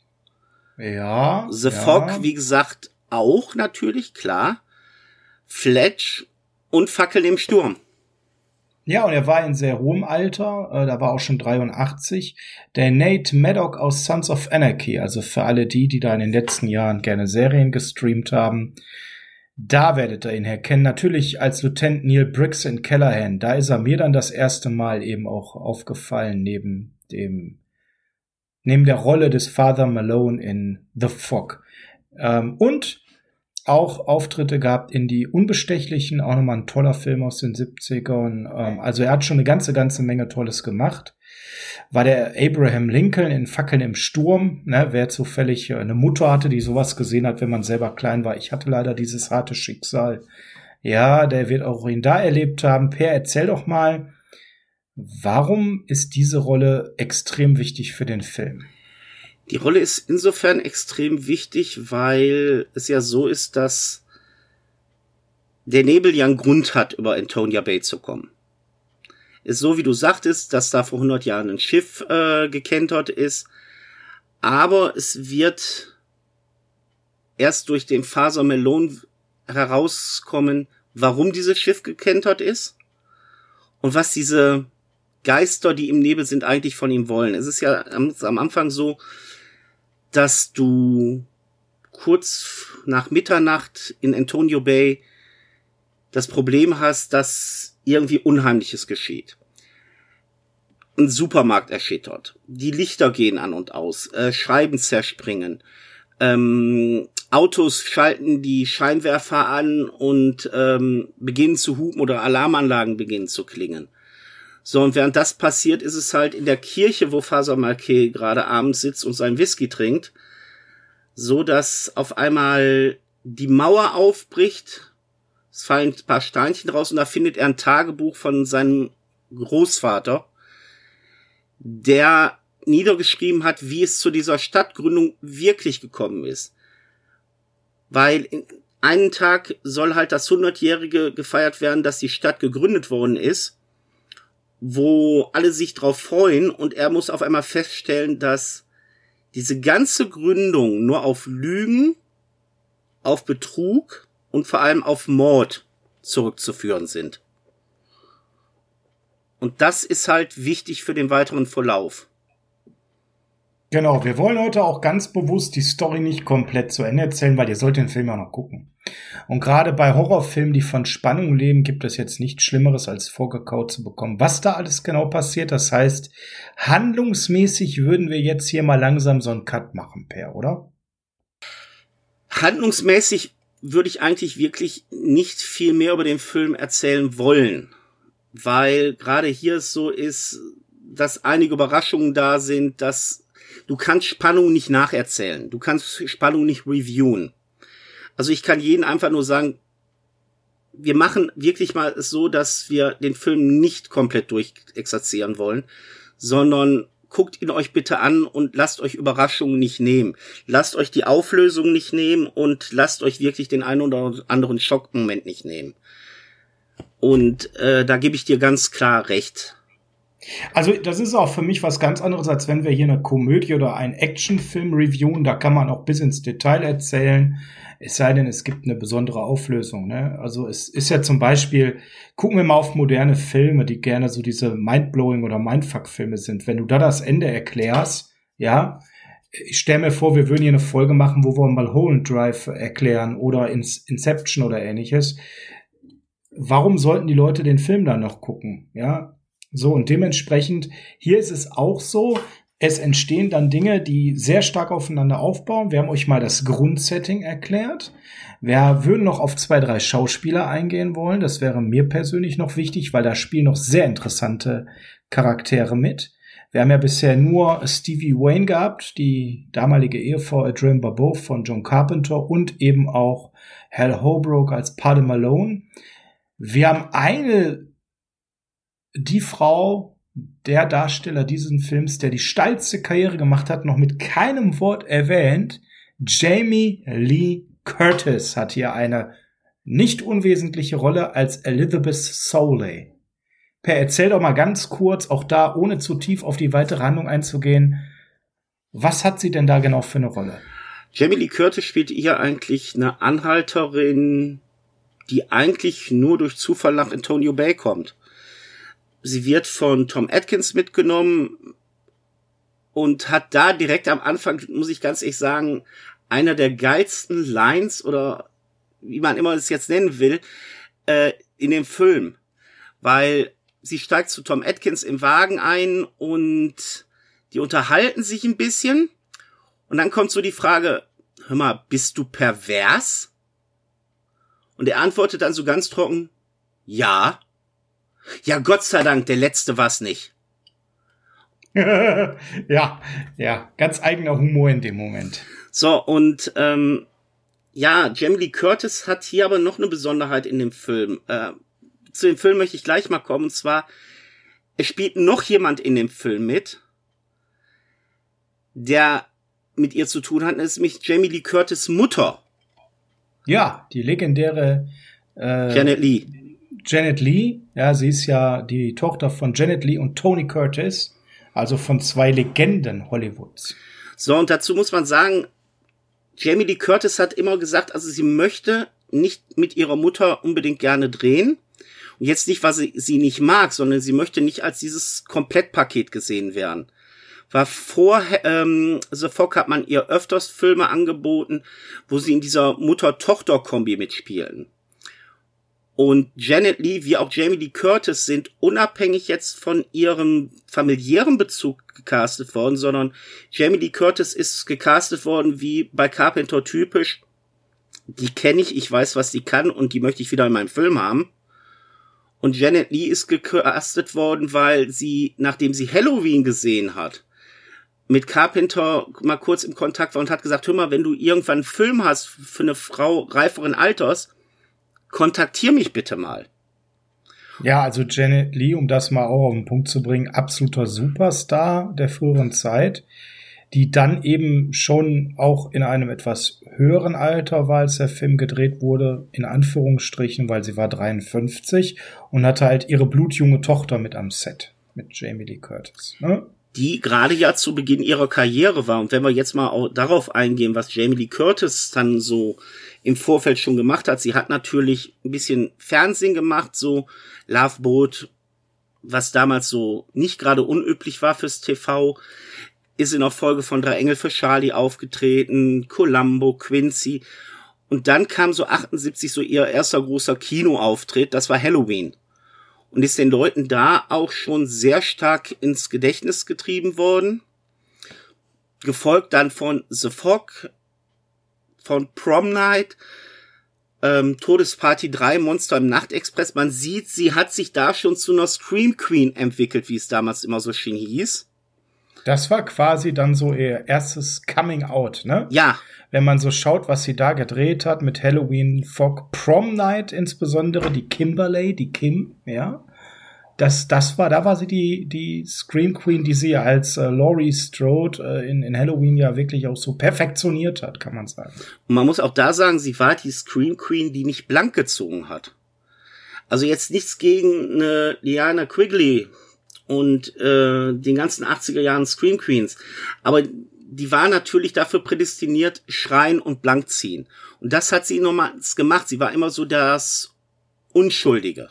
Ja. The ja. Fog, wie gesagt, auch natürlich, klar. Fletch und Fackel im Sturm. Ja, und er war in sehr hohem Alter, äh, da war auch schon dreiundachtzig. Der Nate Maddock aus Sons of Anarchy, also für alle die, die da in den letzten Jahren gerne Serien gestreamt haben, da werdet ihr ihn herkennen. Natürlich als Lieutenant Neil Briggs in Callahan, da ist er mir dann das erste Mal eben auch aufgefallen, neben dem, neben der Rolle des Father Malone in The Fog. Ähm, und auch Auftritte gehabt in Die Unbestechlichen, auch nochmal ein toller Film aus den siebzigern. Ähm, also er hat schon eine ganze, ganze Menge Tolles gemacht. War der Abraham Lincoln in Fackeln im Sturm, ne, wer zufällig eine Mutter hatte, die sowas gesehen hat, wenn man selber klein war. Ich hatte leider dieses harte Schicksal. Ja, der wird auch ihn da erlebt haben. Per, erzähl doch mal, warum ist diese Rolle extrem wichtig für den Film? Die Rolle ist insofern extrem wichtig, weil es ja so ist, dass der Nebel ja einen Grund hat, über Antonia Bay zu kommen. Ist so, wie du sagtest, dass da vor hundert Jahren ein Schiff äh, gekentert ist, aber es wird erst durch den Father Malone herauskommen, warum dieses Schiff gekentert ist und was diese Geister, die im Nebel sind, eigentlich von ihm wollen. Es ist ja am, am Anfang so, dass du kurz nach Mitternacht in Antonio Bay das Problem hast, dass irgendwie Unheimliches geschieht. Ein Supermarkt erschüttert. Die Lichter gehen an und aus. Äh, Scheiben zerspringen. Ähm, Autos schalten die Scheinwerfer an und ähm, beginnen zu hupen oder Alarmanlagen beginnen zu klingen. So, und während das passiert, ist es halt in der Kirche, wo Father Malkay gerade abends sitzt und seinen Whisky trinkt, so dass auf einmal die Mauer aufbricht, es fallen ein paar Steinchen raus und da findet er ein Tagebuch von seinem Großvater, der niedergeschrieben hat, wie es zu dieser Stadtgründung wirklich gekommen ist. Weil in einen Tag soll halt das hundertjährige gefeiert werden, dass die Stadt gegründet worden ist, wo alle sich drauf freuen und er muss auf einmal feststellen, dass diese ganze Gründung nur auf Lügen, auf Betrug und vor allem auf Mord zurückzuführen sind. Und das ist halt wichtig für den weiteren Verlauf. Genau, wir wollen heute auch ganz bewusst die Story nicht komplett zu Ende erzählen, weil ihr sollt den Film ja noch gucken. Und gerade bei Horrorfilmen, die von Spannung leben, gibt es jetzt nichts Schlimmeres, als vorgekaut zu bekommen, was da alles genau passiert. Das heißt, handlungsmäßig würden wir jetzt hier mal langsam so einen Cut machen, Per, oder? Handlungsmäßig würde ich eigentlich wirklich nicht viel mehr über den Film erzählen wollen, weil gerade hier es so ist, dass einige Überraschungen da sind, dass du kannst Spannung nicht nacherzählen, du kannst Spannung nicht reviewen. Also ich kann jedem einfach nur sagen, wir machen wirklich mal es so, dass wir den Film nicht komplett durchexerzieren wollen, sondern guckt ihn euch bitte an und lasst euch Überraschungen nicht nehmen. Lasst euch die Auflösung nicht nehmen und lasst euch wirklich den einen oder anderen Schockmoment nicht nehmen. Und äh, da gebe ich dir ganz klar recht. Also das ist auch für mich was ganz anderes, als wenn wir hier eine Komödie oder einen Actionfilm reviewen. Da kann man auch bis ins Detail erzählen, es sei denn, es gibt eine besondere Auflösung. Ne? Also es ist ja zum Beispiel, gucken wir mal auf moderne Filme, die gerne so diese Mindblowing- oder Mindfuck-Filme sind. Wenn du da das Ende erklärst, ja, ich stelle mir vor, wir würden hier eine Folge machen, wo wir mal Mulholland Drive erklären oder Inception oder ähnliches. Warum sollten die Leute den Film dann noch gucken? Ja, so, und dementsprechend, hier ist es auch so, es entstehen dann Dinge, die sehr stark aufeinander aufbauen. Wir haben euch mal das Grundsetting erklärt. Wir würden noch auf zwei, drei Schauspieler eingehen wollen. Das wäre mir persönlich noch wichtig, weil da spielen noch sehr interessante Charaktere mit. Wir haben ja bisher nur Stevie Wayne gehabt, die damalige Ehefrau Adrienne Barbeau von John Carpenter und eben auch Hal Holbrook als Paddy Malone. Wir haben eine die Frau, der Darsteller dieses Films, der die steilste Karriere gemacht hat, noch mit keinem Wort erwähnt. Jamie Lee Curtis hat hier eine nicht unwesentliche Rolle als Elizabeth Soley. Per, erzähl doch mal ganz kurz, auch da, ohne zu tief auf die weitere Handlung einzugehen, was hat sie denn da genau für eine Rolle? Jamie Lee Curtis spielt hier eigentlich eine Anhalterin, die eigentlich nur durch Zufall nach Antonio Bay kommt. Sie wird von Tom Atkins mitgenommen und hat da direkt am Anfang, muss ich ganz ehrlich sagen, einer der geilsten Lines oder wie man immer es jetzt nennen will, äh, in dem Film. Weil sie steigt zu Tom Atkins im Wagen ein und die unterhalten sich ein bisschen und dann kommt so die Frage, hör mal, bist du pervers? Und er antwortet dann so ganz trocken, ja. Ja, Gott sei Dank, der Letzte war's nicht. ja, ja, ganz eigener Humor in dem Moment. So, und ähm, ja, Jamie Lee Curtis hat hier aber noch eine Besonderheit in dem Film. Äh, zu dem Film möchte ich gleich mal kommen, und zwar, es spielt noch jemand in dem Film mit, der mit ihr zu tun hat, das ist nämlich Jamie Lee Curtis' Mutter. Ja, die legendäre äh, Janet Leigh. Janet Leigh, ja, sie ist ja die Tochter von Janet Leigh und Tony Curtis, also von zwei Legenden Hollywoods. So, und dazu muss man sagen, Jamie Lee Curtis hat immer gesagt, also sie möchte nicht mit ihrer Mutter unbedingt gerne drehen. Und jetzt nicht, weil sie sie nicht mag, sondern sie möchte nicht als dieses Komplettpaket gesehen werden. War vor ähm, The Fog hat man ihr öfters Filme angeboten, wo sie in dieser Mutter-Tochter-Kombi mitspielen. Und Janet Leigh, wie auch Jamie Lee Curtis, sind unabhängig jetzt von ihrem familiären Bezug gecastet worden, sondern Jamie Lee Curtis ist gecastet worden wie bei Carpenter typisch. Die kenne ich, ich weiß, was die kann und die möchte ich wieder in meinem Film haben. Und Janet Leigh ist gecastet worden, weil sie, nachdem sie Halloween gesehen hat, mit Carpenter mal kurz im Kontakt war und hat gesagt, hör mal, wenn du irgendwann einen Film hast für eine Frau reiferen Alters, kontaktier mich bitte mal. Ja, also Janet Leigh, um das mal auch auf den Punkt zu bringen, absoluter Superstar der früheren Zeit, die dann eben schon auch in einem etwas höheren Alter war, als der Film gedreht wurde, in Anführungsstrichen, weil sie war dreiundfünfzig und hatte halt ihre blutjunge Tochter mit am Set, mit Jamie Lee Curtis, ne? Die gerade ja zu Beginn ihrer Karriere war. Und wenn wir jetzt mal auch darauf eingehen, was Jamie Lee Curtis dann so im Vorfeld schon gemacht hat, sie hat natürlich ein bisschen Fernsehen gemacht, so Love Boat, was damals so nicht gerade unüblich war fürs T V, ist in der Folge von Drei Engel für Charlie aufgetreten, Columbo, Quincy. Und dann kam so achtundsiebzig so ihr erster großer Kinoauftritt, das war Halloween. Und ist den Leuten da auch schon sehr stark ins Gedächtnis getrieben worden. Gefolgt dann von The Fog, von Prom Night, ähm, Todesparty drei, Monster im Nachtexpress. Man sieht, sie hat sich da schon zu einer Scream Queen entwickelt, wie es damals immer so schön hieß. Das war quasi dann so ihr erstes Coming Out, ne? Ja. Wenn man so schaut, was sie da gedreht hat mit Halloween, Fog, Prom Night insbesondere, die Kimberly, die Kim, ja. Das, das war, da war sie die, die Scream Queen, die sie als äh, Laurie Strode äh, in, in Halloween ja wirklich auch so perfektioniert hat, kann man sagen. Und man muss auch da sagen, sie war die Scream Queen, die nicht blank gezogen hat. Also jetzt nichts gegen eine Liana Quigley und äh, den ganzen achtziger Jahren Scream Queens. Aber die war natürlich dafür prädestiniert, schreien und blank ziehen. Und das hat sie nochmals gemacht. Sie war immer so das Unschuldige.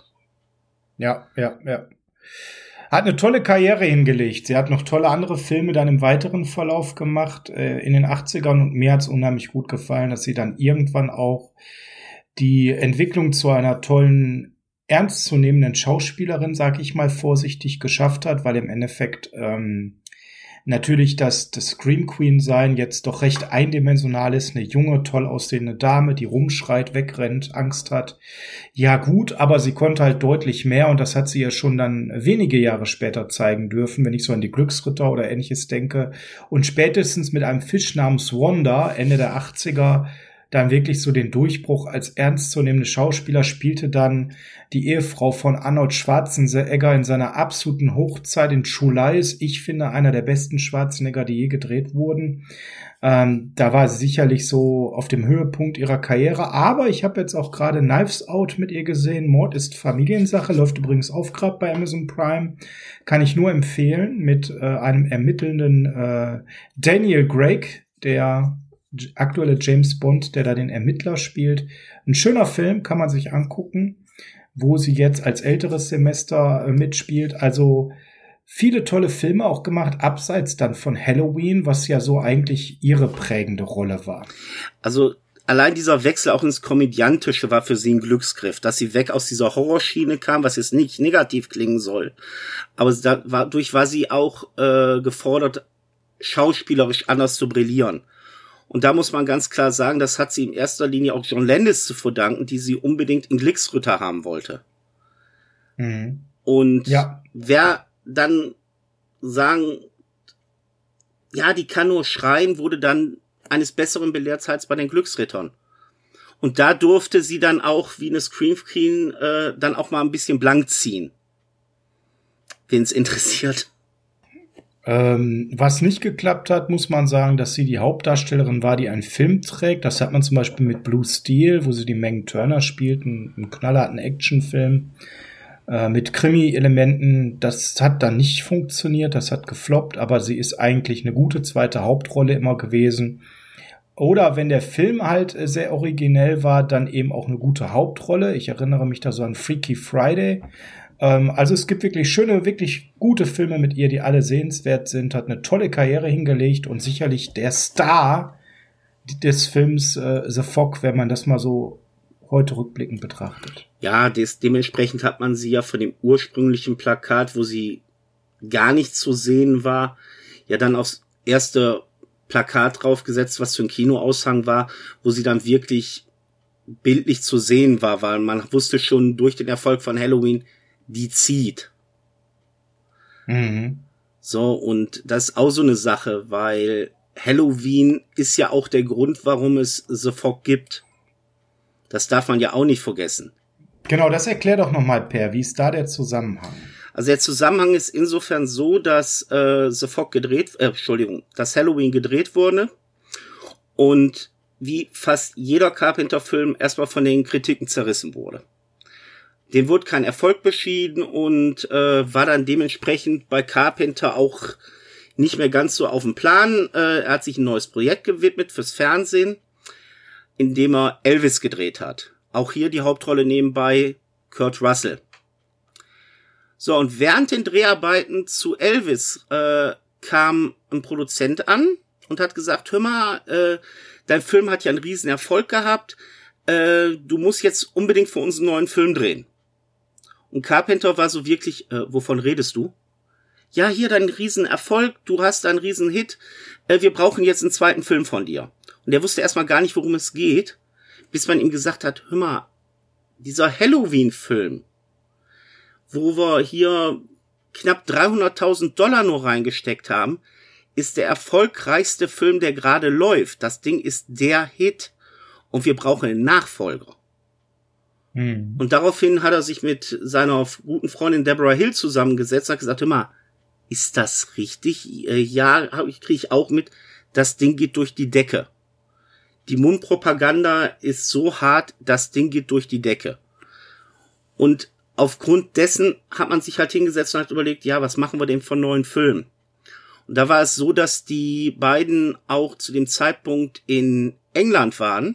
Ja, ja, ja. Hat eine tolle Karriere hingelegt. Sie hat noch tolle andere Filme dann im weiteren Verlauf gemacht, äh, in den achtzigern. Und mir hat es unheimlich gut gefallen, dass sie dann irgendwann auch die Entwicklung zu einer tollen, ernstzunehmenden Schauspielerin, sag ich mal vorsichtig, geschafft hat, weil im Endeffekt ähm, natürlich das, das Scream Queen sein jetzt doch recht eindimensional ist. Eine junge, toll aussehende Dame, die rumschreit, wegrennt, Angst hat. Ja gut, aber sie konnte halt deutlich mehr und das hat sie ja schon dann wenige Jahre später zeigen dürfen, wenn ich so an die Glücksritter oder Ähnliches denke. Und spätestens mit einem Fisch namens Wanda, Ende der achtziger, dann wirklich so den Durchbruch als ernstzunehmende Schauspieler, spielte dann die Ehefrau von Arnold Schwarzenegger in seiner absoluten Hochzeit in True Lies. Ich finde, einer der besten Schwarzenegger, die je gedreht wurden. Ähm, da war sie sicherlich so auf dem Höhepunkt ihrer Karriere. Aber ich habe jetzt auch gerade Knives Out mit ihr gesehen. Mord ist Familiensache, läuft übrigens auch gerade bei Amazon Prime. Kann ich nur empfehlen, mit äh, einem ermittelnden äh, Daniel Craig, der aktuelle James Bond, der da den Ermittler spielt. Ein schöner Film, kann man sich angucken, wo sie jetzt als älteres Semester äh, mitspielt. Also viele tolle Filme auch gemacht, abseits dann von Halloween, was ja so eigentlich ihre prägende Rolle war. Also allein dieser Wechsel auch ins Komödiantische war für sie ein Glücksgriff, dass sie weg aus dieser Horrorschiene kam, was jetzt nicht negativ klingen soll. Aber dadurch war sie auch äh, gefordert, schauspielerisch anders zu brillieren. Und da muss man ganz klar sagen, das hat sie in erster Linie auch John Landis zu verdanken, die sie unbedingt in Glücksritter haben wollte. Mhm. Und ja. wer dann sagen, ja, die kann nur schreien, wurde dann eines Besseren belehrt als bei den Glücksrittern. Und da durfte sie dann auch, wie eine Scream Queen, äh, dann auch mal ein bisschen blank ziehen. Wen es interessiert. Ähm, was nicht geklappt hat, muss man sagen, dass sie die Hauptdarstellerin war, die einen Film trägt. Das hat man zum Beispiel mit Blue Steel, wo sie die Megan Turner spielt, einen, einen knallharten Actionfilm äh, mit Krimi-Elementen. Das hat dann nicht funktioniert, das hat gefloppt, aber sie ist eigentlich eine gute zweite Hauptrolle immer gewesen. Oder wenn der Film halt sehr originell war, dann eben auch eine gute Hauptrolle. Ich erinnere mich da so an Freaky Friday. Also es gibt wirklich schöne, wirklich gute Filme mit ihr, die alle sehenswert sind, hat eine tolle Karriere hingelegt und sicherlich der Star des Films äh, The Fog, wenn man das mal so heute rückblickend betrachtet. Ja, des, dementsprechend hat man sie ja von dem ursprünglichen Plakat, wo sie gar nicht zu sehen war, ja dann aufs erste Plakat draufgesetzt, was für ein Kinoaushang war, wo sie dann wirklich bildlich zu sehen war, weil man wusste schon durch den Erfolg von Halloween, die zieht. Mhm. So, und das ist auch so eine Sache, weil Halloween ist ja auch der Grund, warum es The Fog gibt. Das darf man ja auch nicht vergessen. Genau, das erklär doch nochmal, Per. Wie ist da der Zusammenhang? Also der Zusammenhang ist insofern so, dass äh, The Fog gedreht, äh, Entschuldigung, dass Halloween gedreht wurde und wie fast jeder Carpenter-Film erstmal von den Kritiken zerrissen wurde. Dem wurde kein Erfolg beschieden und äh, war dann dementsprechend bei Carpenter auch nicht mehr ganz so auf dem Plan. Äh, er hat sich ein neues Projekt gewidmet fürs Fernsehen, in dem er Elvis gedreht hat. Auch hier die Hauptrolle nebenbei Kurt Russell. So, und während den Dreharbeiten zu Elvis äh, kam ein Produzent an und hat gesagt, hör mal, äh, dein Film hat ja einen riesen Erfolg gehabt, äh, du musst jetzt unbedingt für uns einen neuen Film drehen. Und Carpenter war so wirklich, äh, wovon redest du? Ja, hier dein Riesenerfolg, du hast einen Riesenhit, äh, wir brauchen jetzt einen zweiten Film von dir. Und er wusste erstmal gar nicht, worum es geht, bis man ihm gesagt hat, hör mal, dieser Halloween-Film, wo wir hier knapp dreihunderttausend Dollar nur reingesteckt haben, ist der erfolgreichste Film, der gerade läuft. Das Ding ist der Hit und wir brauchen einen Nachfolger. Hm. Und daraufhin hat er sich mit seiner guten Freundin Deborah Hill zusammengesetzt und hat gesagt, hör mal, ist das richtig? Ja, kriege ich auch mit, das Ding geht durch die Decke. Die Mundpropaganda ist so hart, das Ding geht durch die Decke. Und aufgrund dessen hat man sich halt hingesetzt und hat überlegt, ja, was machen wir denn von neuen Filmen? Und da war es so, dass die beiden auch zu dem Zeitpunkt in England waren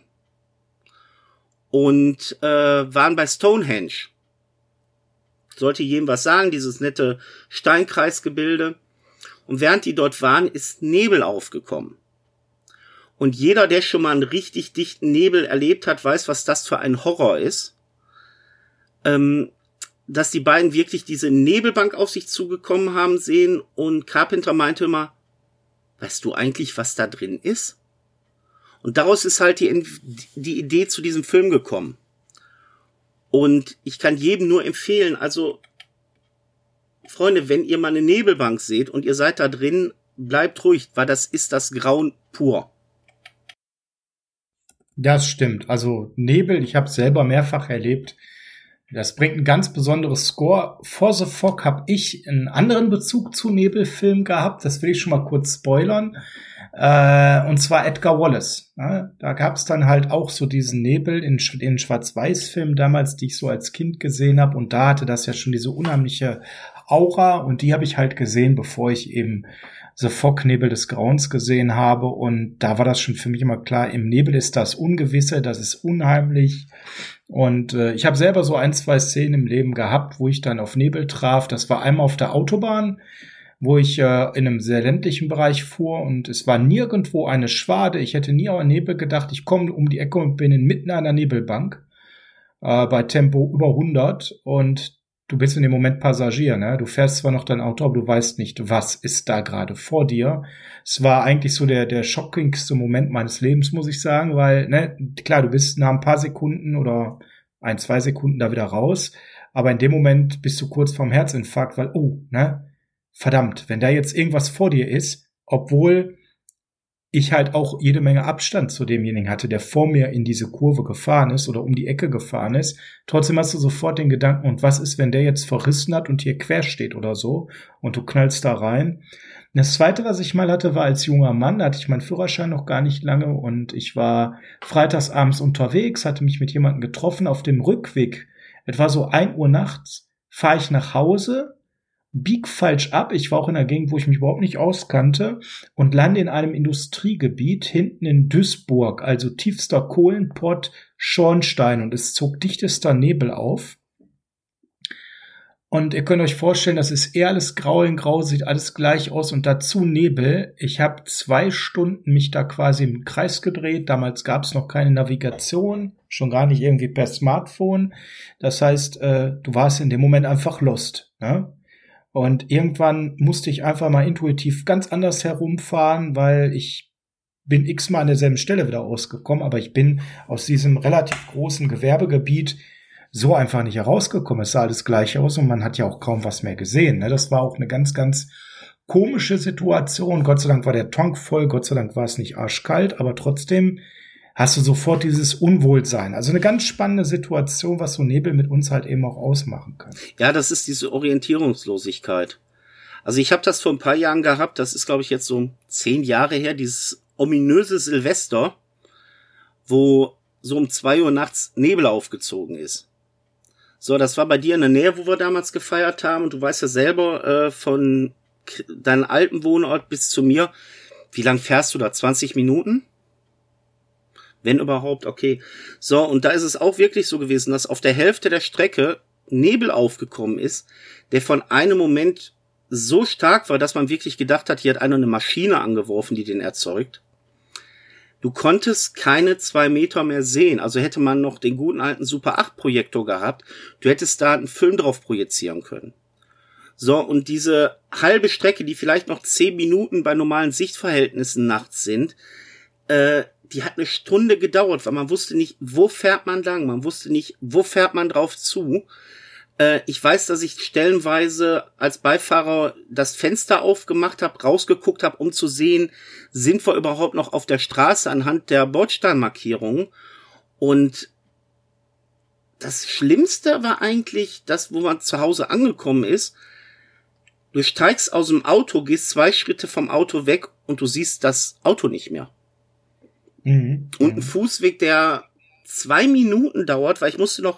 und äh, waren bei Stonehenge. Sollte jedem was sagen, dieses nette Steinkreisgebilde. Und während die dort waren, ist Nebel aufgekommen. Und jeder, der schon mal einen richtig dichten Nebel erlebt hat, weiß, was das für ein Horror ist. Ähm, dass die beiden wirklich diese Nebelbank auf sich zugekommen haben sehen und Carpenter meinte immer, weißt du eigentlich, was da drin ist? Und daraus ist halt die, die Idee zu diesem Film gekommen. Und ich kann jedem nur empfehlen, also Freunde, wenn ihr mal eine Nebelbank seht und ihr seid da drin, bleibt ruhig, weil das ist das Grauen pur. Das stimmt. Also Nebel, ich habe es selber mehrfach erlebt. Das bringt ein ganz besonderes Score. For the Fog habe ich einen anderen Bezug zu Nebelfilmen gehabt. Das will ich schon mal kurz spoilern. Äh, und zwar Edgar Wallace. Ja, da gab es dann halt auch so diesen Nebel in den Schwarz-Weiß-Filmen damals, die ich so als Kind gesehen habe. Und da hatte das ja schon diese unheimliche Aura. Und die habe ich halt gesehen, bevor ich eben The Fog, Nebel des Grauens gesehen habe. Und da war das schon für mich immer klar, im Nebel ist das Ungewisse, das ist unheimlich. Und äh, ich habe selber so ein, zwei Szenen im Leben gehabt, wo ich dann auf Nebel traf. Das war einmal auf der Autobahn, wo ich äh, in einem sehr ländlichen Bereich fuhr und es war nirgendwo eine Schwade. Ich hätte nie an Nebel gedacht. Ich komme um die Ecke und bin inmitten einer Nebelbank äh, bei Tempo über hundert und du bist in dem Moment Passagier, ne? Du fährst zwar noch dein Auto, aber du weißt nicht, was ist da gerade vor dir. Es war eigentlich so der der schockigste Moment meines Lebens, muss ich sagen, weil, ne, klar, du bist nach ein paar Sekunden oder ein, zwei Sekunden da wieder raus, aber in dem Moment bist du kurz vorm Herzinfarkt, weil, oh, ne, verdammt, wenn da jetzt irgendwas vor dir ist, obwohl ich halt auch jede Menge Abstand zu demjenigen hatte, der vor mir in diese Kurve gefahren ist oder um die Ecke gefahren ist. Trotzdem hast du sofort den Gedanken, und was ist, wenn der jetzt verrissen hat und hier quer steht oder so und du knallst da rein. Das Zweite, was ich mal hatte, war als junger Mann, da hatte ich meinen Führerschein noch gar nicht lange und ich war freitags abends unterwegs, hatte mich mit jemandem getroffen auf dem Rückweg. Etwa so ein Uhr nachts fahre ich nach Hause, bieg falsch ab, ich war auch in einer Gegend, wo ich mich überhaupt nicht auskannte und lande in einem Industriegebiet hinten in Duisburg, also tiefster Kohlenpott, Schornstein und es zog dichtester Nebel auf. Und ihr könnt euch vorstellen, das ist eher alles grau in grau, sieht alles gleich aus und dazu Nebel. Ich habe zwei Stunden mich da quasi im Kreis gedreht. Damals gab es noch keine Navigation, schon gar nicht irgendwie per Smartphone. Das heißt, äh, du warst in dem Moment einfach lost, ne? Und irgendwann musste ich einfach mal intuitiv ganz anders herumfahren, weil ich bin x-mal an derselben Stelle wieder ausgekommen, aber ich bin aus diesem relativ großen Gewerbegebiet so einfach nicht herausgekommen. Es sah alles gleich aus und man hat ja auch kaum was mehr gesehen, ne? Das war auch eine ganz, ganz komische Situation. Gott sei Dank war der Tank voll, Gott sei Dank war es nicht arschkalt, aber trotzdem hast du sofort dieses Unwohlsein. Also eine ganz spannende Situation, was so Nebel mit uns halt eben auch ausmachen kann. Ja, das ist diese Orientierungslosigkeit. Also ich habe das vor ein paar Jahren gehabt, das ist, glaube ich, jetzt so zehn Jahre her, dieses ominöse Silvester, wo so um zwei Uhr nachts Nebel aufgezogen ist. So, das war bei dir in der Nähe, wo wir damals gefeiert haben. Und du weißt ja selber, äh, von deinem alten Wohnort bis zu mir, wie lang fährst du da? zwanzig Minuten? Wenn überhaupt, okay. So, und da ist es auch wirklich so gewesen, dass auf der Hälfte der Strecke Nebel aufgekommen ist, der von einem Moment so stark war, dass man wirklich gedacht hat, hier hat einer eine Maschine angeworfen, die den erzeugt. Du konntest keine zwei Meter mehr sehen. Also hätte man noch den guten alten Super acht Projektor gehabt, du hättest da einen Film drauf projizieren können. So, und diese halbe Strecke, die vielleicht noch zehn Minuten bei normalen Sichtverhältnissen nachts sind, äh, die hat eine Stunde gedauert, weil man wusste nicht, wo fährt man lang, man wusste nicht, wo fährt man drauf zu. Äh, ich weiß, dass ich stellenweise als Beifahrer das Fenster aufgemacht habe, rausgeguckt habe, um zu sehen, sind wir überhaupt noch auf der Straße anhand der Bordsteinmarkierungen. Und das Schlimmste war eigentlich das, wo man zu Hause angekommen ist. Du steigst aus dem Auto, gehst zwei Schritte vom Auto weg und du siehst das Auto nicht mehr. Mhm. Und ein Fußweg, der zwei Minuten dauert, weil ich musste noch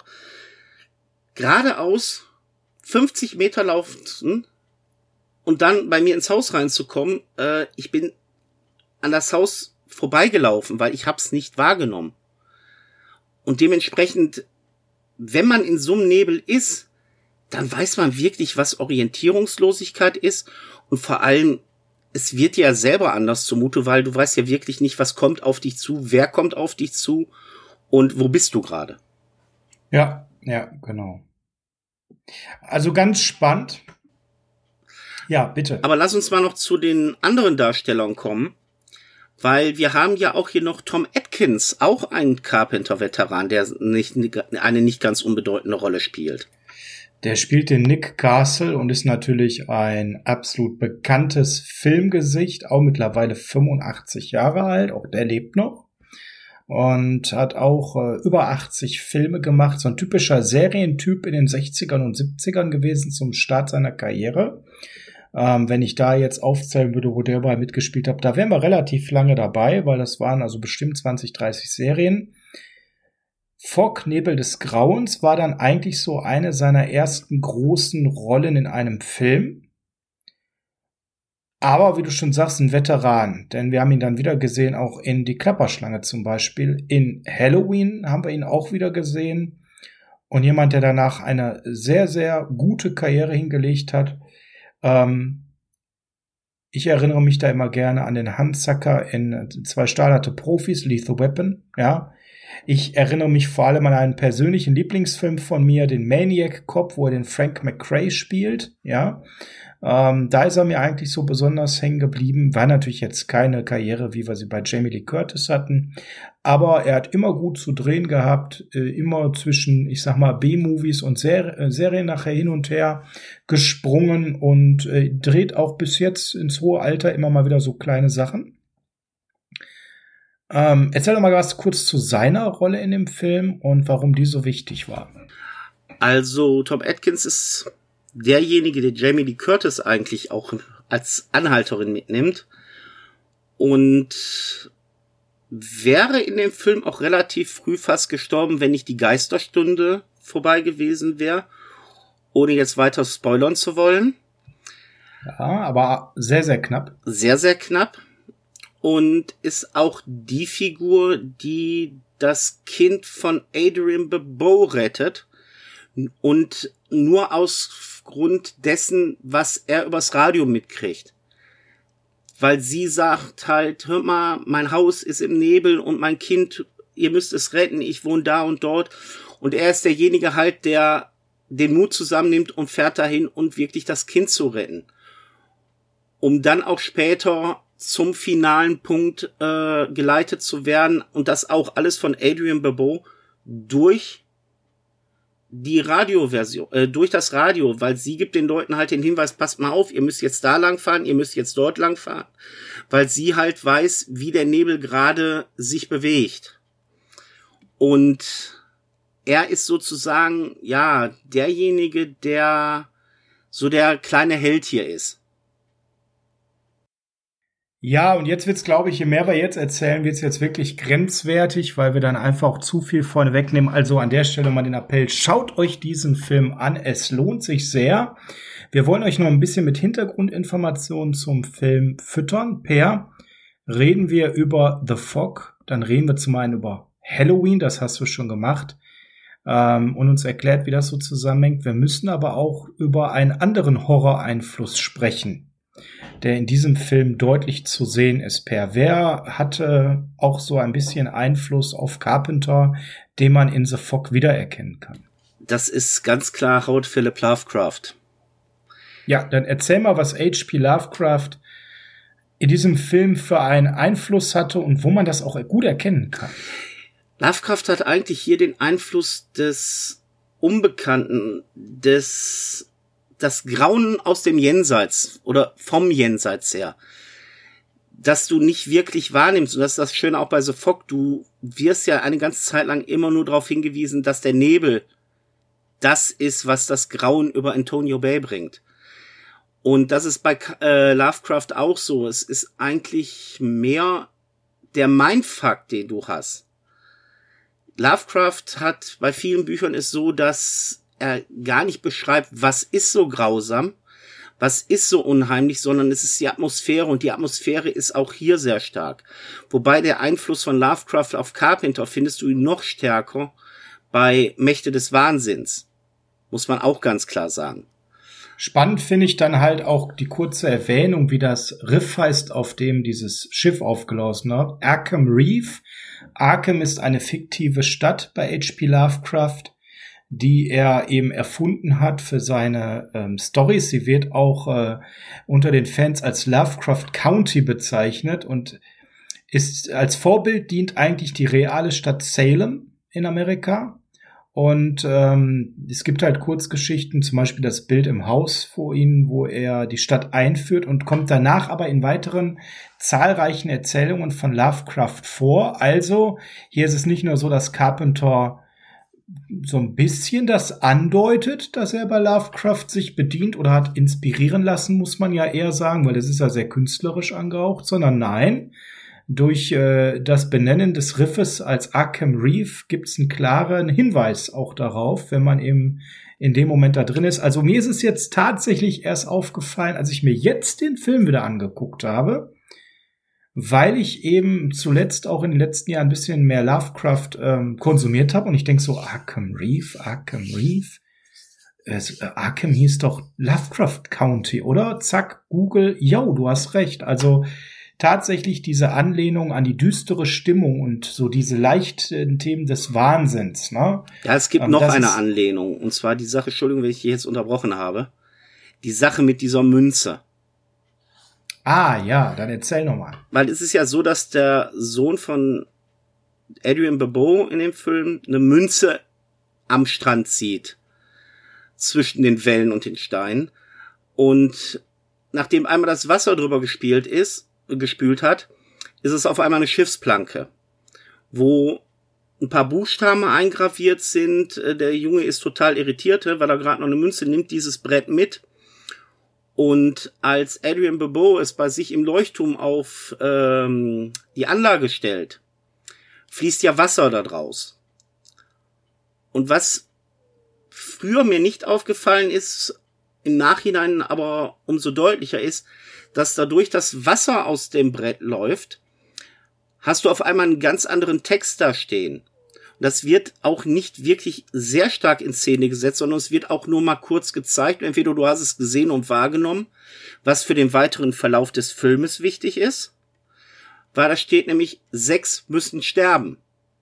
geradeaus fünfzig Meter laufen und dann bei mir ins Haus reinzukommen. Äh, ich bin an das Haus vorbeigelaufen, weil ich hab's nicht wahrgenommen. Und dementsprechend, wenn man in so einem Nebel ist, dann weiß man wirklich, was Orientierungslosigkeit ist. Und vor allem, es wird dir ja selber anders zumute, weil du weißt ja wirklich nicht, was kommt auf dich zu, wer kommt auf dich zu und wo bist du gerade. Ja, ja, genau. Also ganz spannend. Ja, bitte. Aber lass uns mal noch zu den anderen Darstellern kommen, weil wir haben ja auch hier noch Tom Atkins, auch ein Carpenter-Veteran, der nicht, eine nicht ganz unbedeutende Rolle spielt. Der spielt den Nick Castle und ist natürlich ein absolut bekanntes Filmgesicht, auch mittlerweile fünfundachtzig Jahre alt, auch der lebt noch und hat auch äh, über achtzig Filme gemacht, so ein typischer Serientyp in den sechzigern und siebzigern gewesen zum Start seiner Karriere. Ähm, wenn ich da jetzt aufzählen würde, wo der bei mitgespielt hat, da wären wir relativ lange dabei, weil das waren also bestimmt zwanzig, dreißig Serien. Fog, Nebel des Grauens war dann eigentlich so eine seiner ersten großen Rollen in einem Film. Aber wie du schon sagst, ein Veteran, denn wir haben ihn dann wieder gesehen, auch in Die Klapperschlange zum Beispiel. In Halloween haben wir ihn auch wieder gesehen. Und jemand, der danach eine sehr, sehr gute Karriere hingelegt hat. Ähm, ich erinnere mich da immer gerne an den Handzacker in Zwei Stahlharte Profis, Lethal Weapon, ja. Ich erinnere mich vor allem an einen persönlichen Lieblingsfilm von mir, den Maniac Cop, wo er den Frank McRae spielt, ja. Ähm, da ist er mir eigentlich so besonders hängen geblieben. War natürlich jetzt keine Karriere, wie wir sie bei Jamie Lee Curtis hatten. Aber er hat immer gut zu drehen gehabt, äh, immer zwischen, ich sag mal, B-Movies und Ser- äh, Serien nachher hin und her gesprungen und äh, dreht auch bis jetzt ins hohe Alter immer mal wieder so kleine Sachen. Ähm, erzähl doch mal was kurz zu seiner Rolle in dem Film und warum die so wichtig war. Also, Tom Atkins ist derjenige, der Jamie Lee Curtis eigentlich auch als Anhalterin mitnimmt und wäre in dem Film auch relativ früh fast gestorben, wenn nicht die Geisterstunde vorbei gewesen wäre, ohne jetzt weiter spoilern zu wollen. Ja, aber sehr, sehr knapp. Sehr, sehr knapp. Und ist auch die Figur, die das Kind von Adrian Barbeau rettet. Und nur aus Grund dessen, was er übers Radio mitkriegt. Weil sie sagt halt, hör mal, mein Haus ist im Nebel und mein Kind, ihr müsst es retten, ich wohne da und dort. Und er ist derjenige halt, der den Mut zusammennimmt und fährt dahin, um wirklich das Kind zu retten. Um dann auch später zum finalen Punkt äh, geleitet zu werden und das auch alles von Adrian Barbeau durch die Radioversion, äh, durch das Radio, weil sie gibt den Leuten halt den Hinweis, passt mal auf, ihr müsst jetzt da lang fahren, ihr müsst jetzt dort lang fahren, weil sie halt weiß, wie der Nebel gerade sich bewegt. Und er ist sozusagen, ja, derjenige, der so der kleine Held hier ist. Ja, und jetzt wird's, glaube ich, je mehr wir jetzt erzählen, wird's jetzt wirklich grenzwertig, weil wir dann einfach auch zu viel vorne wegnehmen. Also an der Stelle mal den Appell, schaut euch diesen Film an, es lohnt sich sehr. Wir wollen euch noch ein bisschen mit Hintergrundinformationen zum Film füttern. Per, reden wir über The Fog, dann reden wir zum einen über Halloween, das hast du schon gemacht, ähm, und uns erklärt, wie das so zusammenhängt. Wir müssen aber auch über einen anderen Horror-Einfluss sprechen, der in diesem Film deutlich zu sehen ist. Per, wer hatte auch so ein bisschen Einfluss auf Carpenter, den man in The Fog wiedererkennen kann? Das ist ganz klar Howard Philip Lovecraft. Ja, dann erzähl mal, was H P Lovecraft in diesem Film für einen Einfluss hatte und wo man das auch gut erkennen kann. Lovecraft hat eigentlich hier den Einfluss des Unbekannten, des das Grauen aus dem Jenseits oder vom Jenseits her, dass du nicht wirklich wahrnimmst. Und das ist das Schöne auch bei The Fog. Du wirst ja eine ganze Zeit lang immer nur darauf hingewiesen, dass der Nebel das ist, was das Grauen über Antonio Bay bringt. Und das ist bei äh, Lovecraft auch so. Es ist eigentlich mehr der Mindfuck, den du hast. Lovecraft hat bei vielen Büchern ist so, dass er gar nicht beschreibt, was ist so grausam, was ist so unheimlich, sondern es ist die Atmosphäre, und die Atmosphäre ist auch hier sehr stark. Wobei der Einfluss von Lovecraft auf Carpenter findest du ihn noch stärker bei Mächte des Wahnsinns. Muss man auch ganz klar sagen. Spannend finde ich dann halt auch die kurze Erwähnung, wie das Riff heißt, auf dem dieses Schiff aufgelaufen hat. Arkham Reef. Arkham ist eine fiktive Stadt bei H P Lovecraft, die er eben erfunden hat für seine ähm, Storys. Sie wird auch äh, unter den Fans als Lovecraft County bezeichnet und ist als Vorbild dient eigentlich die reale Stadt Salem in Amerika. Und ähm, es gibt halt Kurzgeschichten, zum Beispiel das Bild im Haus vor ihnen, wo er die Stadt einführt, und kommt danach aber in weiteren zahlreichen Erzählungen von Lovecraft vor. Also hier ist es nicht nur so, dass Carpenter so ein bisschen das andeutet, dass er bei Lovecraft sich bedient oder hat inspirieren lassen, muss man ja eher sagen, weil das ist ja sehr künstlerisch angehaucht, sondern nein, durch äh, das Benennen des Riffes als Arkham Reef gibt es einen klaren Hinweis auch darauf, wenn man eben in dem Moment da drin ist. Also mir ist es jetzt tatsächlich erst aufgefallen, als ich mir jetzt den Film wieder angeguckt habe, weil ich eben zuletzt auch in den letzten Jahren ein bisschen mehr Lovecraft ähm, konsumiert habe. Und ich denke so, Arkham Reef, Arkham Reef. Es, äh, Arkham hieß doch Lovecraft County, oder? Zack, Google, yo, du hast recht. Also tatsächlich diese Anlehnung an die düstere Stimmung und so diese leichten Themen des Wahnsinns. Ne? Ja, es gibt ähm, noch eine Anlehnung. Und zwar die Sache, Entschuldigung, wenn ich dich jetzt unterbrochen habe, die Sache mit dieser Münze. Ah, ja, dann erzähl nochmal. Weil es ist ja so, dass der Sohn von Adrian Barbeau in dem Film eine Münze am Strand zieht. Zwischen den Wellen und den Steinen. Und nachdem einmal das Wasser drüber gespielt ist, gespült hat, ist es auf einmal eine Schiffsplanke, wo ein paar Buchstaben eingraviert sind. Der Junge ist total irritiert, weil er gerade noch eine Münze nimmt, dieses Brett mit. Und als Adrian Barbeau es bei sich im Leuchtturm auf ähm, die Anlage stellt, fließt ja Wasser da draus. Und was früher mir nicht aufgefallen ist, im Nachhinein aber umso deutlicher ist, dass dadurch das Wasser aus dem Brett läuft, hast du auf einmal einen ganz anderen Text da stehen. Und das wird auch nicht wirklich sehr stark in Szene gesetzt, sondern es wird auch nur mal kurz gezeigt. Entweder du hast es gesehen und wahrgenommen, was für den weiteren Verlauf des Filmes wichtig ist, weil da steht nämlich, sechs müssen sterben.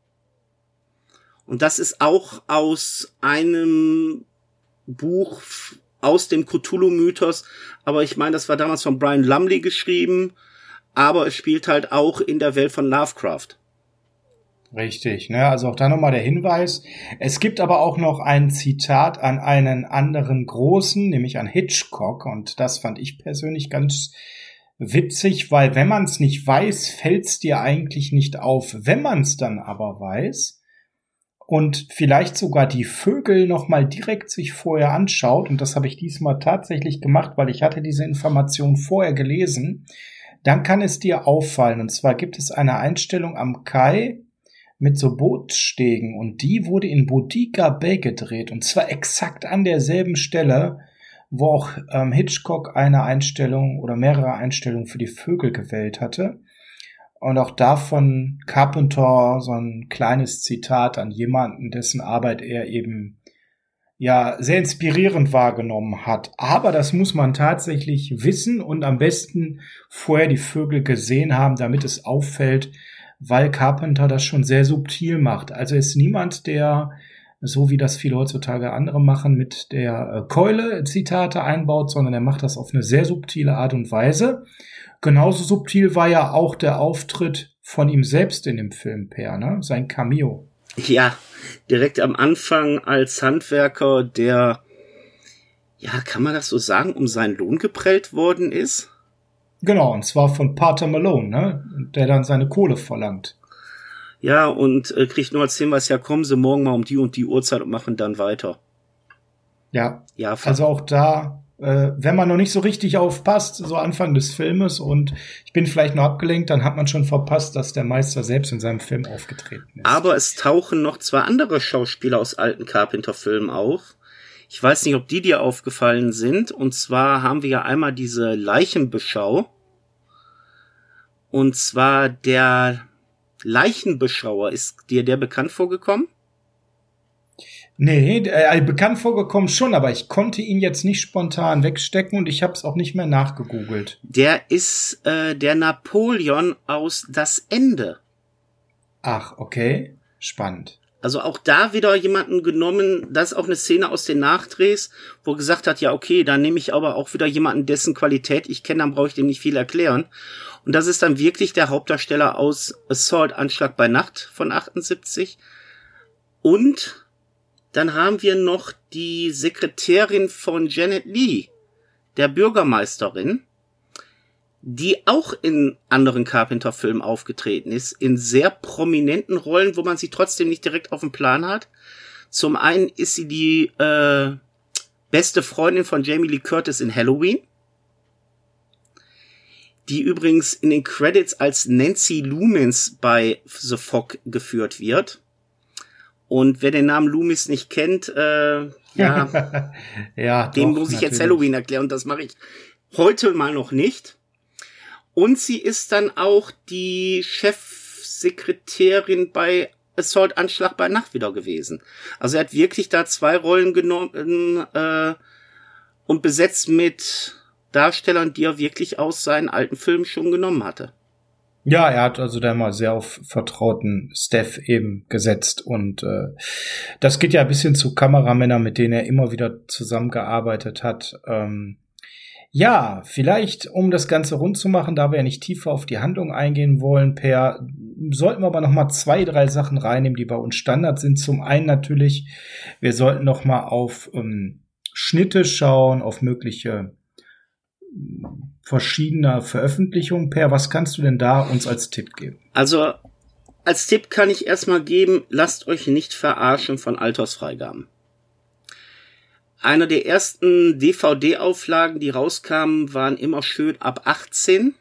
Und das ist auch aus einem Buch aus dem Cthulhu-Mythos, aber ich meine, das war damals von Brian Lumley geschrieben, aber es spielt halt auch in der Welt von Lovecraft. Richtig, ne? Also auch da nochmal der Hinweis. Es gibt aber auch noch ein Zitat an einen anderen Großen, nämlich an Hitchcock. Und das fand ich persönlich ganz witzig, weil wenn man es nicht weiß, fällt es dir eigentlich nicht auf. Wenn man es dann aber weiß und vielleicht sogar die Vögel nochmal direkt sich vorher anschaut, und das habe ich diesmal tatsächlich gemacht, weil ich hatte diese Information vorher gelesen, dann kann es dir auffallen. Und zwar gibt es eine Einstellung am Kai mit so Bootsstegen und die wurde in Bodega Bay gedreht und zwar exakt an derselben Stelle, wo auch ähm, Hitchcock eine Einstellung oder mehrere Einstellungen für die Vögel gewählt hatte. Und auch davon Carpenter so ein kleines Zitat an jemanden, dessen Arbeit er eben ja sehr inspirierend wahrgenommen hat. Aber das muss man tatsächlich wissen und am besten vorher die Vögel gesehen haben, damit es auffällt, weil Carpenter das schon sehr subtil macht. Also ist niemand, der, so wie das viele heutzutage andere machen, mit der äh, Keule Zitate einbaut, sondern er macht das auf eine sehr subtile Art und Weise. Genauso subtil war ja auch der Auftritt von ihm selbst in dem Film, Per, ne? Sein Cameo. Ja, direkt am Anfang als Handwerker, der, ja, kann man das so sagen, um seinen Lohn geprellt worden ist? Genau, und zwar von Pater Malone, ne? Der dann seine Kohle verlangt. Ja, und äh, kriegt nur als Hinweis, ja, kommen Sie morgen mal um die und die Uhrzeit und machen dann weiter. Ja, ja also auch da, äh, wenn man noch nicht so richtig aufpasst, so Anfang des Filmes und ich bin vielleicht nur abgelenkt, dann hat man schon verpasst, dass der Meister selbst in seinem Film aufgetreten ist. Aber es tauchen noch zwei andere Schauspieler aus alten Carpenter-Filmen auf. Ich weiß nicht, ob die dir aufgefallen sind. Und zwar haben wir ja einmal diese Leichenbeschau. Und zwar der Leichenbeschauer. Ist dir der bekannt vorgekommen? Nee, äh, bekannt vorgekommen schon, aber ich konnte ihn jetzt nicht spontan wegstecken und ich habe es auch nicht mehr nachgegoogelt. Der ist äh, der Napoleon aus Das Ende. Ach, okay. Spannend. Also auch da wieder jemanden genommen, das ist auch eine Szene aus den Nachdrehs, wo er gesagt hat, ja okay, dann nehme ich aber auch wieder jemanden, dessen Qualität ich kenne, dann brauche ich dem nicht viel erklären. Und das ist dann wirklich der Hauptdarsteller aus Assault, Anschlag bei Nacht von achtundsiebzig. Und dann haben wir noch die Sekretärin von Janet Leigh, der Bürgermeisterin, die auch in anderen Carpenter-Filmen aufgetreten ist, in sehr prominenten Rollen, wo man sie trotzdem nicht direkt auf dem Plan hat. Zum einen ist sie die äh, beste Freundin von Jamie Lee Curtis in Halloween, die übrigens in den Credits als Nancy Loomis bei The Fog geführt wird. Und wer den Namen Loomis nicht kennt, äh, ja, ja dem doch, muss ich natürlich. jetzt Halloween erklären und das mache ich heute mal noch nicht. Und sie ist dann auch die Chefsekretärin bei Assault, Anschlag bei Nacht wieder gewesen. Also er hat wirklich da zwei Rollen genommen äh, und besetzt mit Darstellern, die er wirklich aus seinen alten Filmen schon genommen hatte. Ja, er hat also da mal sehr auf vertrauten Staff eben gesetzt und äh, das geht ja ein bisschen zu Kameramännern, mit denen er immer wieder zusammengearbeitet hat. Ähm, ja, vielleicht, um das Ganze rund zu machen, da wir ja nicht tiefer auf die Handlung eingehen wollen, Per, sollten wir aber noch mal zwei, drei Sachen reinnehmen, die bei uns Standard sind. Zum einen natürlich, wir sollten noch mal auf ähm, Schnitte schauen, auf mögliche verschiedener Veröffentlichungen. Per, was kannst du denn da uns als Tipp geben? Also als Tipp kann ich erstmal geben, lasst euch nicht verarschen von Altersfreigaben. Eine der ersten D V D-Auflagen, die rauskamen, waren immer schön ab achtzehn.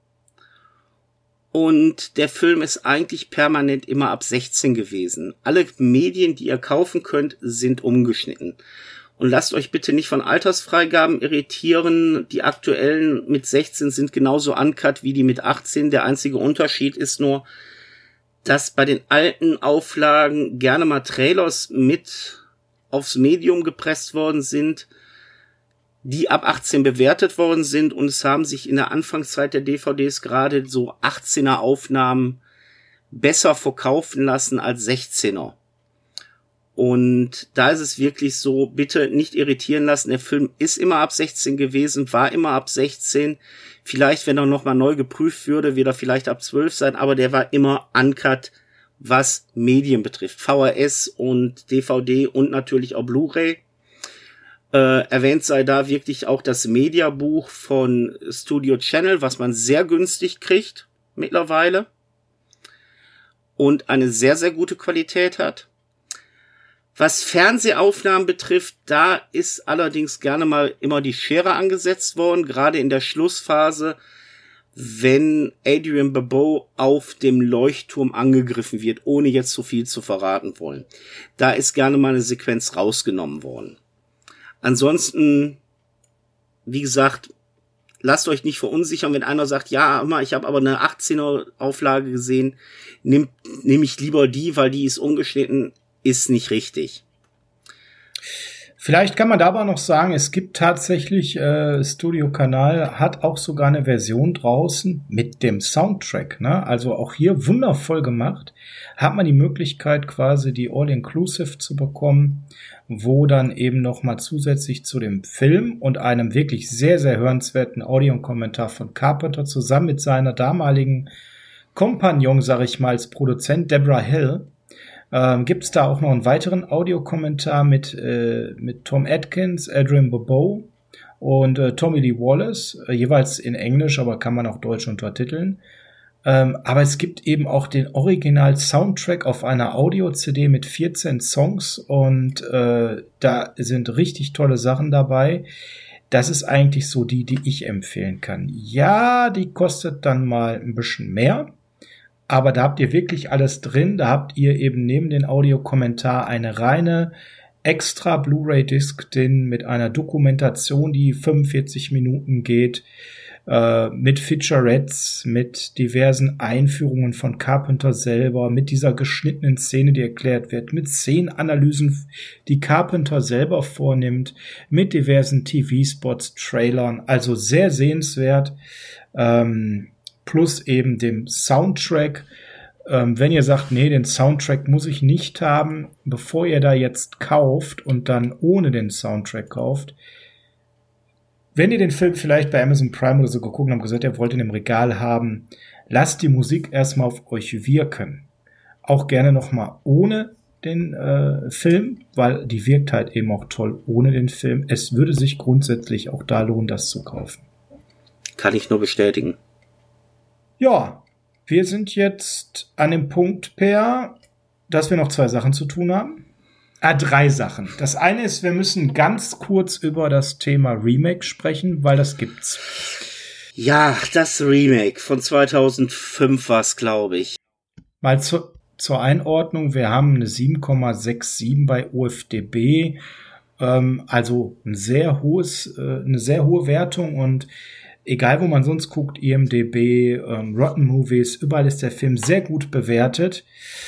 Und der Film ist eigentlich permanent immer ab sechzehn gewesen. Alle Medien, die ihr kaufen könnt, sind umgeschnitten. Und lasst euch bitte nicht von Altersfreigaben irritieren. Die aktuellen mit sechzehn sind genauso uncut wie die mit achtzehn. Der einzige Unterschied ist nur, dass bei den alten Auflagen gerne mal Trailers mit aufs Medium gepresst worden sind, die ab achtzehn bewertet worden sind. Und es haben sich in der Anfangszeit der D V Ds gerade so achtzehner Aufnahmen besser verkaufen lassen als sechzehner. Und da ist es wirklich so, bitte nicht irritieren lassen. Der Film ist immer ab sechzehn gewesen, war immer ab sechzehn. Vielleicht, wenn er nochmal neu geprüft würde, wird er vielleicht ab zwölf sein, aber der war immer uncut was Medien betrifft. V H S und D V D und natürlich auch Blu-ray. Äh, erwähnt sei da wirklich auch das Mediabuch von Studio Channel, was man sehr günstig kriegt mittlerweile und eine sehr, sehr gute Qualität hat. Was Fernsehaufnahmen betrifft, da ist allerdings gerne mal immer die Schere angesetzt worden, gerade in der Schlussphase, wenn Adrian Barbeau auf dem Leuchtturm angegriffen wird, ohne jetzt zu viel zu verraten wollen. Da ist gerne mal eine Sequenz rausgenommen worden. Ansonsten, wie gesagt, lasst euch nicht verunsichern, wenn einer sagt, ja, ich habe aber eine achtzehner Auflage gesehen, nehmt nehme ich lieber die, weil die ist ungeschnitten, ist nicht richtig. Vielleicht kann man da aber noch sagen, es gibt tatsächlich, äh, Studio Kanal hat auch sogar eine Version draußen mit dem Soundtrack, ne? Also auch hier wundervoll gemacht. Hat man die Möglichkeit, quasi die All-Inclusive zu bekommen, wo dann eben noch mal zusätzlich zu dem Film und einem wirklich sehr, sehr hörenswerten Audiokommentar von Carpenter zusammen mit seiner damaligen Kompagnon, sag ich mal, als Produzent Deborah Hill, Ähm, gibt es da auch noch einen weiteren Audiokommentar mit, äh, mit Tom Atkins, Adrian Barbeau und äh, Tommy Lee Wallace, äh, jeweils in Englisch, aber kann man auch Deutsch untertiteln. Ähm, aber es gibt eben auch den Original-Soundtrack auf einer Audio-C D mit vierzehn Songs und äh, da sind richtig tolle Sachen dabei. Das ist eigentlich so die, die ich empfehlen kann. Ja, die kostet dann mal ein bisschen mehr. Aber da habt ihr wirklich alles drin. Da habt ihr eben neben den Audiokommentar eine reine extra Blu-ray-Disc drin mit einer Dokumentation, die fünfundvierzig Minuten geht, äh, mit Featurettes, mit diversen Einführungen von Carpenter selber, mit dieser geschnittenen Szene, die erklärt wird, mit Szenenanalysen, die Carpenter selber vornimmt, mit diversen T V-Spots, Trailern. Also sehr sehenswert. Ähm, plus eben dem Soundtrack. Ähm, wenn ihr sagt, nee, den Soundtrack muss ich nicht haben, bevor ihr da jetzt kauft und dann ohne den Soundtrack kauft, wenn ihr den Film vielleicht bei Amazon Prime oder so geguckt habt und gesagt, ihr wollt ihn im Regal haben, lasst die Musik erstmal auf euch wirken. Auch gerne nochmal ohne den äh, Film, weil die wirkt halt eben auch toll ohne den Film. Es würde sich grundsätzlich auch da lohnen, das zu kaufen. Kann ich nur bestätigen. Ja, wir sind jetzt an dem Punkt, Per, dass wir noch zwei Sachen zu tun haben. Ah, drei Sachen. Das eine ist, wir müssen ganz kurz über das Thema Remake sprechen, weil das gibt's. Ja, das Remake von zweitausendfünf war's, glaube ich. Mal zu, zur Einordnung, wir haben eine sieben Komma siebenundsechzig bei O F D B, ähm, also ein sehr hohes, äh, eine sehr hohe Wertung und egal, wo man sonst guckt, I M D B, ähm, Rotten Movies, überall ist der Film sehr gut bewertet.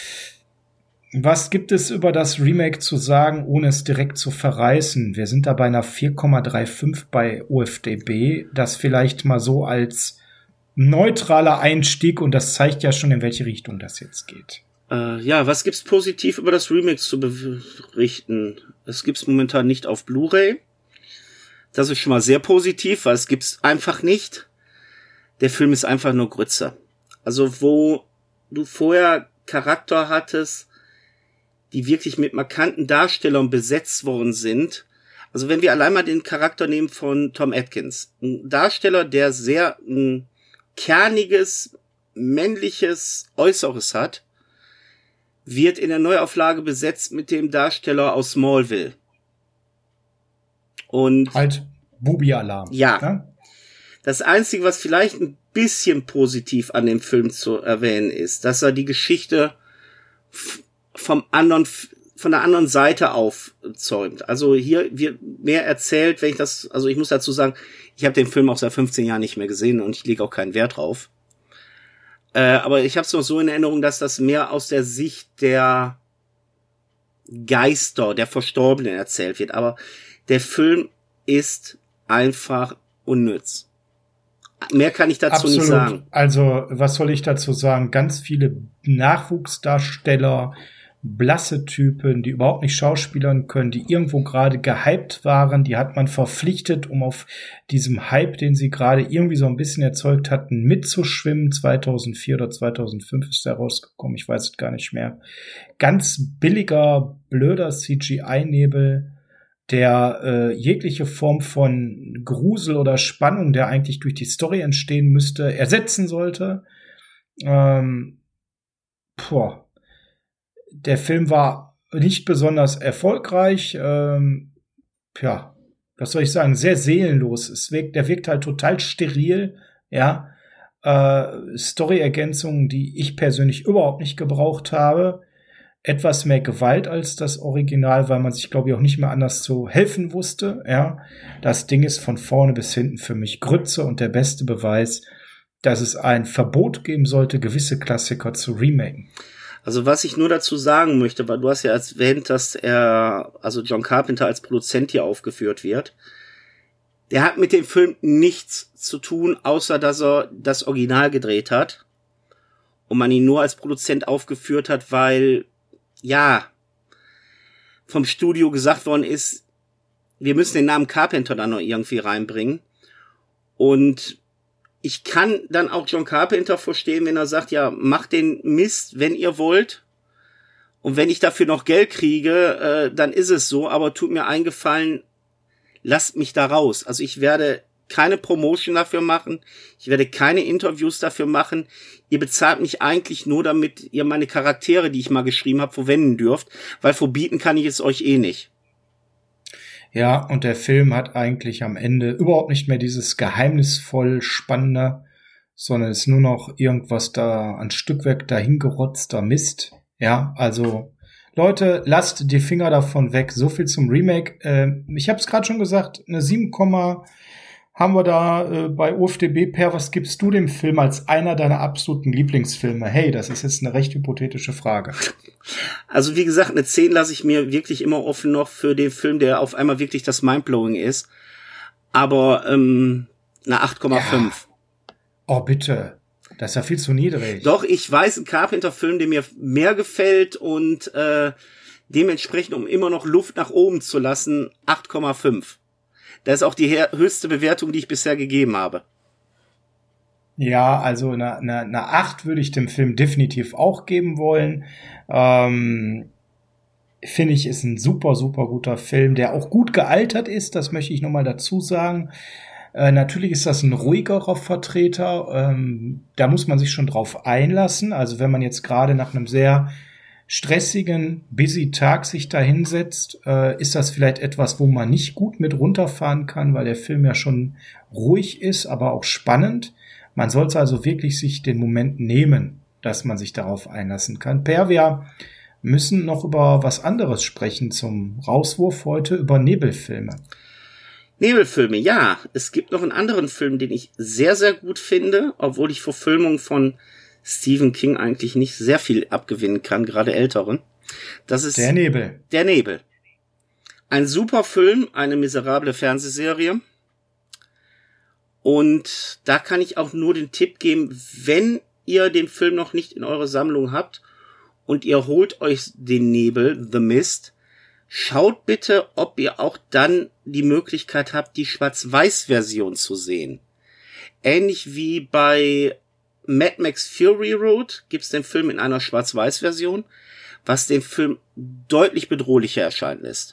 Was gibt es über das Remake zu sagen, ohne es direkt zu verreißen? Wir sind da bei einer vier Komma fünfunddreißig bei O F D B. Das vielleicht mal so als neutraler Einstieg und das zeigt ja schon, in welche Richtung das jetzt geht. Äh, ja, was gibt's positiv über das Remake zu berichten? Es gibt's momentan nicht auf Blu-ray. Das ist schon mal sehr positiv, weil es gibt's einfach nicht. Der Film ist einfach nur Grütze. Also wo du vorher Charakter hattest, die wirklich mit markanten Darstellern besetzt worden sind. Also wenn wir allein mal den Charakter nehmen von Tom Atkins. Ein Darsteller, der sehr ein kerniges, männliches Äußeres hat, wird in der Neuauflage besetzt mit dem Darsteller aus Smallville. Und halt Bubi-Alarm. Ja. Ne? Das Einzige, was vielleicht ein bisschen positiv an dem Film zu erwähnen ist, dass er die Geschichte f- vom anderen, von der anderen Seite aufzäumt. Also hier wird mehr erzählt, wenn ich das, also ich muss dazu sagen, ich habe den Film auch seit fünfzehn Jahren nicht mehr gesehen und ich lege auch keinen Wert drauf. Äh, aber ich habe es noch so in Erinnerung, dass das mehr aus der Sicht der Geister, der Verstorbenen erzählt wird. Aber der Film ist einfach unnütz. Mehr kann ich dazu Absolut. nicht sagen. Also, was soll ich dazu sagen? Ganz viele Nachwuchsdarsteller, blasse Typen, die überhaupt nicht schauspielern können, die irgendwo gerade gehypt waren, die hat man verpflichtet, um auf diesem Hype, den sie gerade irgendwie so ein bisschen erzeugt hatten, mitzuschwimmen. zweitausendvier oder zweitausendfünf ist der rausgekommen, ich weiß es gar nicht mehr. Ganz billiger, blöder C G I-Nebel, der äh, jegliche Form von Grusel oder Spannung, der eigentlich durch die Story entstehen müsste, ersetzen sollte. Ähm, boah. Der Film war nicht besonders erfolgreich. Ähm, ja, was soll ich sagen? Sehr seelenlos. Es wirkt, der wirkt halt total steril. Ja, äh, Story-Ergänzungen, die ich persönlich überhaupt nicht gebraucht habe. Etwas mehr Gewalt als das Original, weil man sich, glaube ich, auch nicht mehr anders zu helfen wusste. Ja, das Ding ist von vorne bis hinten für mich Grütze und der beste Beweis, dass es ein Verbot geben sollte, gewisse Klassiker zu remaken. Also was ich nur dazu sagen möchte, weil du hast ja erwähnt, dass er, also John Carpenter als Produzent hier aufgeführt wird. Der hat mit dem Film nichts zu tun, außer dass er das Original gedreht hat und man ihn nur als Produzent aufgeführt hat, weil, ja, vom Studio gesagt worden ist, wir müssen den Namen Carpenter da noch irgendwie reinbringen. Und ich kann dann auch John Carpenter verstehen, wenn er sagt, ja, macht den Mist, wenn ihr wollt. Und wenn ich dafür noch Geld kriege, äh, dann ist es so. Aber tut mir einen Gefallen, lasst mich da raus. Also ich werde keine Promotion dafür machen. Ich werde keine Interviews dafür machen. Ihr bezahlt mich eigentlich nur, damit ihr meine Charaktere, die ich mal geschrieben habe, verwenden dürft. Weil verbieten kann ich es euch eh nicht. Ja, und der Film hat eigentlich am Ende überhaupt nicht mehr dieses geheimnisvoll Spannende, sondern ist nur noch irgendwas da an Stückwerk dahingerotzter Mist. Ja, also Leute, lasst die Finger davon weg. So viel zum Remake. Äh, ich habe es gerade schon gesagt, eine sieben, haben wir da äh, bei U F D B. Per, was gibst du dem Film als einer deiner absoluten Lieblingsfilme? Hey, das ist jetzt eine recht hypothetische Frage. Also wie gesagt, eine zehn lasse ich mir wirklich immer offen noch für den Film, der auf einmal wirklich das Mindblowing ist. Aber ähm, eine acht Komma fünf. Ja. Oh, bitte. Das ist ja viel zu niedrig. Doch, ich weiß, ein Carpenter-Film, der mir mehr gefällt und äh, dementsprechend, um immer noch Luft nach oben zu lassen, acht Komma fünf. Das ist auch die höchste Bewertung, die ich bisher gegeben habe. Ja, also eine, eine, eine acht würde ich dem Film definitiv auch geben wollen. Ähm, finde ich, ist ein super, super guter Film, der auch gut gealtert ist, das möchte ich nochmal dazu sagen. Äh, natürlich ist das ein ruhigerer Vertreter, ähm, da muss man sich schon drauf einlassen. Also wenn man jetzt gerade nach einem sehr stressigen, busy Tag sich da hinsetzt, äh, ist das vielleicht etwas, wo man nicht gut mit runterfahren kann, weil der Film ja schon ruhig ist, aber auch spannend. Man sollte also wirklich sich den Moment nehmen, dass man sich darauf einlassen kann. Per, wir müssen noch über was anderes sprechen zum Rauswurf heute, über Nebelfilme. Nebelfilme, ja. Es gibt noch einen anderen Film, den ich sehr, sehr gut finde, obwohl ich Verfilmung von Stephen King eigentlich nicht sehr viel abgewinnen kann, gerade älteren. Das ist Der Nebel. Der Nebel. Ein super Film, eine miserable Fernsehserie. Und da kann ich auch nur den Tipp geben, wenn ihr den Film noch nicht in eurer Sammlung habt und ihr holt euch den Nebel, The Mist, schaut bitte, ob ihr auch dann die Möglichkeit habt, die Schwarz-Weiß-Version zu sehen. Ähnlich wie bei Mad Max Fury Road gibt's den Film in einer Schwarz-Weiß-Version, was den Film deutlich bedrohlicher erscheinen lässt.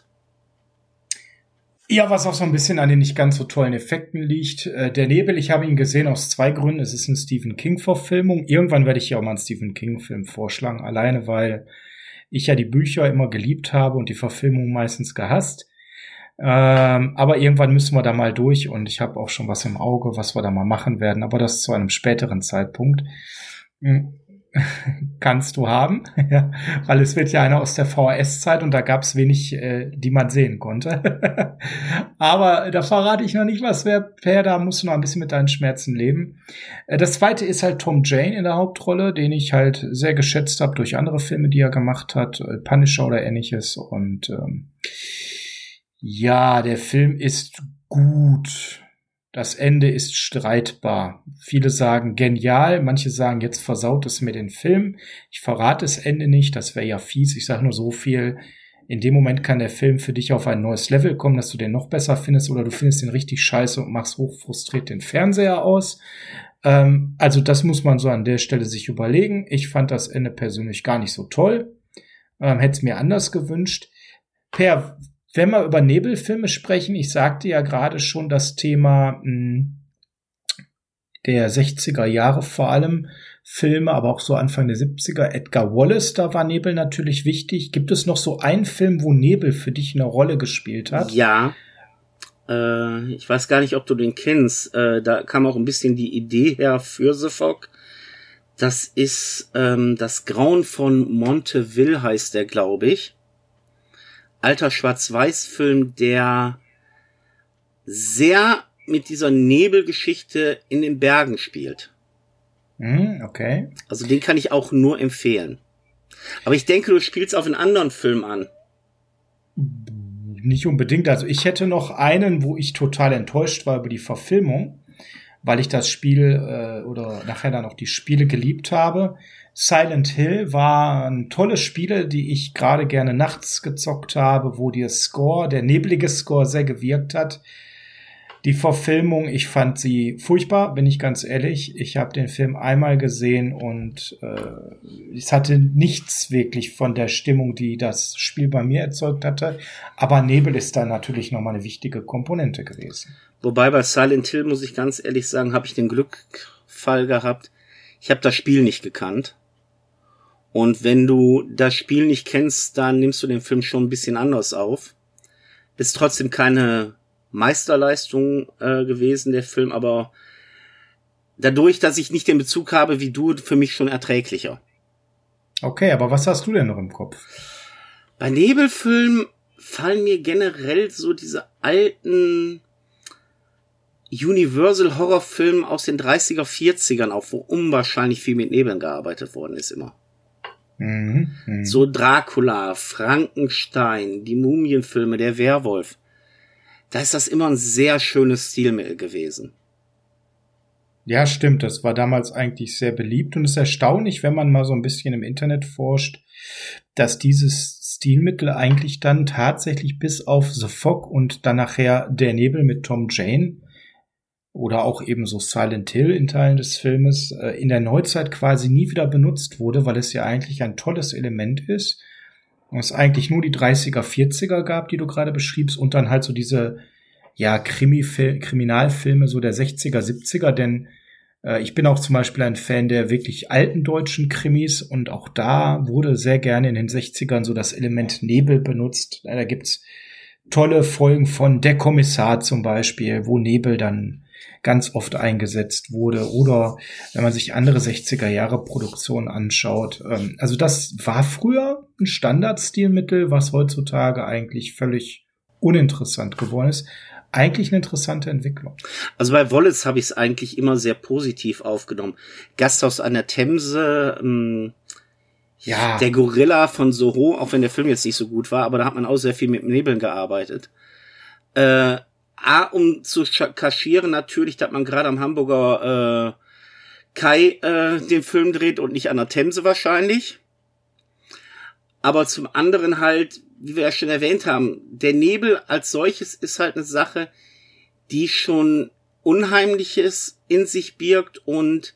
Ja, was auch so ein bisschen an den nicht ganz so tollen Effekten liegt. Äh, der Nebel, ich habe ihn gesehen aus zwei Gründen. Es ist eine Stephen King-Verfilmung. Irgendwann werde ich ja auch mal einen Stephen King-Film vorschlagen, alleine weil ich ja die Bücher immer geliebt habe und die Verfilmung meistens gehasst. Ähm, aber irgendwann müssen wir da mal durch und ich habe auch schon was im Auge, was wir da mal machen werden, aber das zu einem späteren Zeitpunkt. Kannst du haben, ja, weil es wird ja einer aus der V H S-Zeit und da gab es wenig, äh, die man sehen konnte. Aber da verrate ich noch nicht, was wer Per, da musst du noch ein bisschen mit deinen Schmerzen leben. Äh, das zweite ist halt Tom Jane in der Hauptrolle, den ich halt sehr geschätzt habe durch andere Filme, die er gemacht hat, äh, Punisher oder ähnliches. Und ähm, ja, der Film ist gut. Das Ende ist streitbar. Viele sagen genial, manche sagen, jetzt versaut es mir den Film. Ich verrate das Ende nicht, das wäre ja fies. Ich sage nur so viel. In dem Moment kann der Film für dich auf ein neues Level kommen, dass du den noch besser findest, oder du findest den richtig scheiße und machst hochfrustriert den Fernseher aus. Ähm, also das muss man so an der Stelle sich überlegen. Ich fand das Ende persönlich gar nicht so toll. Ähm, hätte es mir anders gewünscht. Per Wenn wir über Nebelfilme sprechen, ich sagte ja gerade schon das Thema mh, der sechziger Jahre vor allem Filme, aber auch so Anfang der siebziger. Edgar Wallace, da war Nebel natürlich wichtig. Gibt es noch so einen Film, wo Nebel für dich eine Rolle gespielt hat? Ja, äh, ich weiß gar nicht, ob du den kennst. Äh, da kam auch ein bisschen die Idee her für The Fog. Das ist ähm, das Grauen von Montevideo, heißt der, glaube ich. Alter Schwarz-Weiß-Film, der sehr mit dieser Nebelgeschichte in den Bergen spielt. Mm, okay. Also den kann ich auch nur empfehlen. Aber ich denke, du spielst auf einen anderen Film an. Nicht unbedingt. Also ich hätte noch einen, wo ich total enttäuscht war über die Verfilmung, weil ich das Spiel äh, oder nachher dann auch die Spiele geliebt habe. Silent Hill waren tolle Spiele, die ich gerade gerne nachts gezockt habe, wo der Score, der neblige Score sehr gewirkt hat. Die Verfilmung, ich fand sie furchtbar, bin ich ganz ehrlich. Ich habe den Film einmal gesehen und äh, es hatte nichts wirklich von der Stimmung, die das Spiel bei mir erzeugt hatte. Aber Nebel ist da natürlich nochmal eine wichtige Komponente gewesen. Wobei bei Silent Hill, muss ich ganz ehrlich sagen, habe ich den Glückfall gehabt. Ich habe das Spiel nicht gekannt. Und wenn du das Spiel nicht kennst, dann nimmst du den Film schon ein bisschen anders auf. Ist trotzdem keine Meisterleistung äh, gewesen, der Film, aber dadurch, dass ich nicht den Bezug habe wie du, für mich schon erträglicher. Okay, aber was hast du denn noch im Kopf? Bei Nebelfilmen fallen mir generell so diese alten Universal-Horrorfilme aus den dreißiger, vierzigern auf, wo unwahrscheinlich viel mit Nebeln gearbeitet worden ist immer. Mhm, mh. So Dracula, Frankenstein, die Mumienfilme, der Werwolf. Da ist das immer ein sehr schönes Stilmittel gewesen. Ja, stimmt. Das war damals eigentlich sehr beliebt und es ist erstaunlich, wenn man mal so ein bisschen im Internet forscht, dass dieses Stilmittel eigentlich dann tatsächlich bis auf The Fog und dann nachher Der Nebel mit Tom Jane oder auch eben so Silent Hill in Teilen des Filmes äh, in der Neuzeit quasi nie wieder benutzt wurde, weil es ja eigentlich ein tolles Element ist. Und es eigentlich nur die dreißiger, vierziger gab, die du gerade beschriebst, und dann halt so diese, ja, Krimi-Fil- Kriminalfilme so der sechziger, siebziger, denn äh, ich bin auch zum Beispiel ein Fan der wirklich alten deutschen Krimis und auch da wurde sehr gerne in den sechzigern so das Element Nebel benutzt. Da gibt's tolle Folgen von Der Kommissar zum Beispiel, wo Nebel dann ganz oft eingesetzt wurde, oder wenn man sich andere sechziger Jahre Produktionen anschaut. Also das war früher ein Standardstilmittel, was heutzutage eigentlich völlig uninteressant geworden ist. Eigentlich eine interessante Entwicklung. Also bei Wallace habe ich es eigentlich immer sehr positiv aufgenommen. Gasthaus an der Themse, ähm, ja, der Gorilla von Soho, auch wenn der Film jetzt nicht so gut war, aber da hat man auch sehr viel mit Nebeln gearbeitet. Äh, A, um zu kaschieren natürlich, dass man gerade am Hamburger äh, Kai äh, den Film dreht und nicht an der Themse wahrscheinlich. Aber zum anderen halt, wie wir ja schon erwähnt haben, der Nebel als solches ist halt eine Sache, die schon Unheimliches in sich birgt und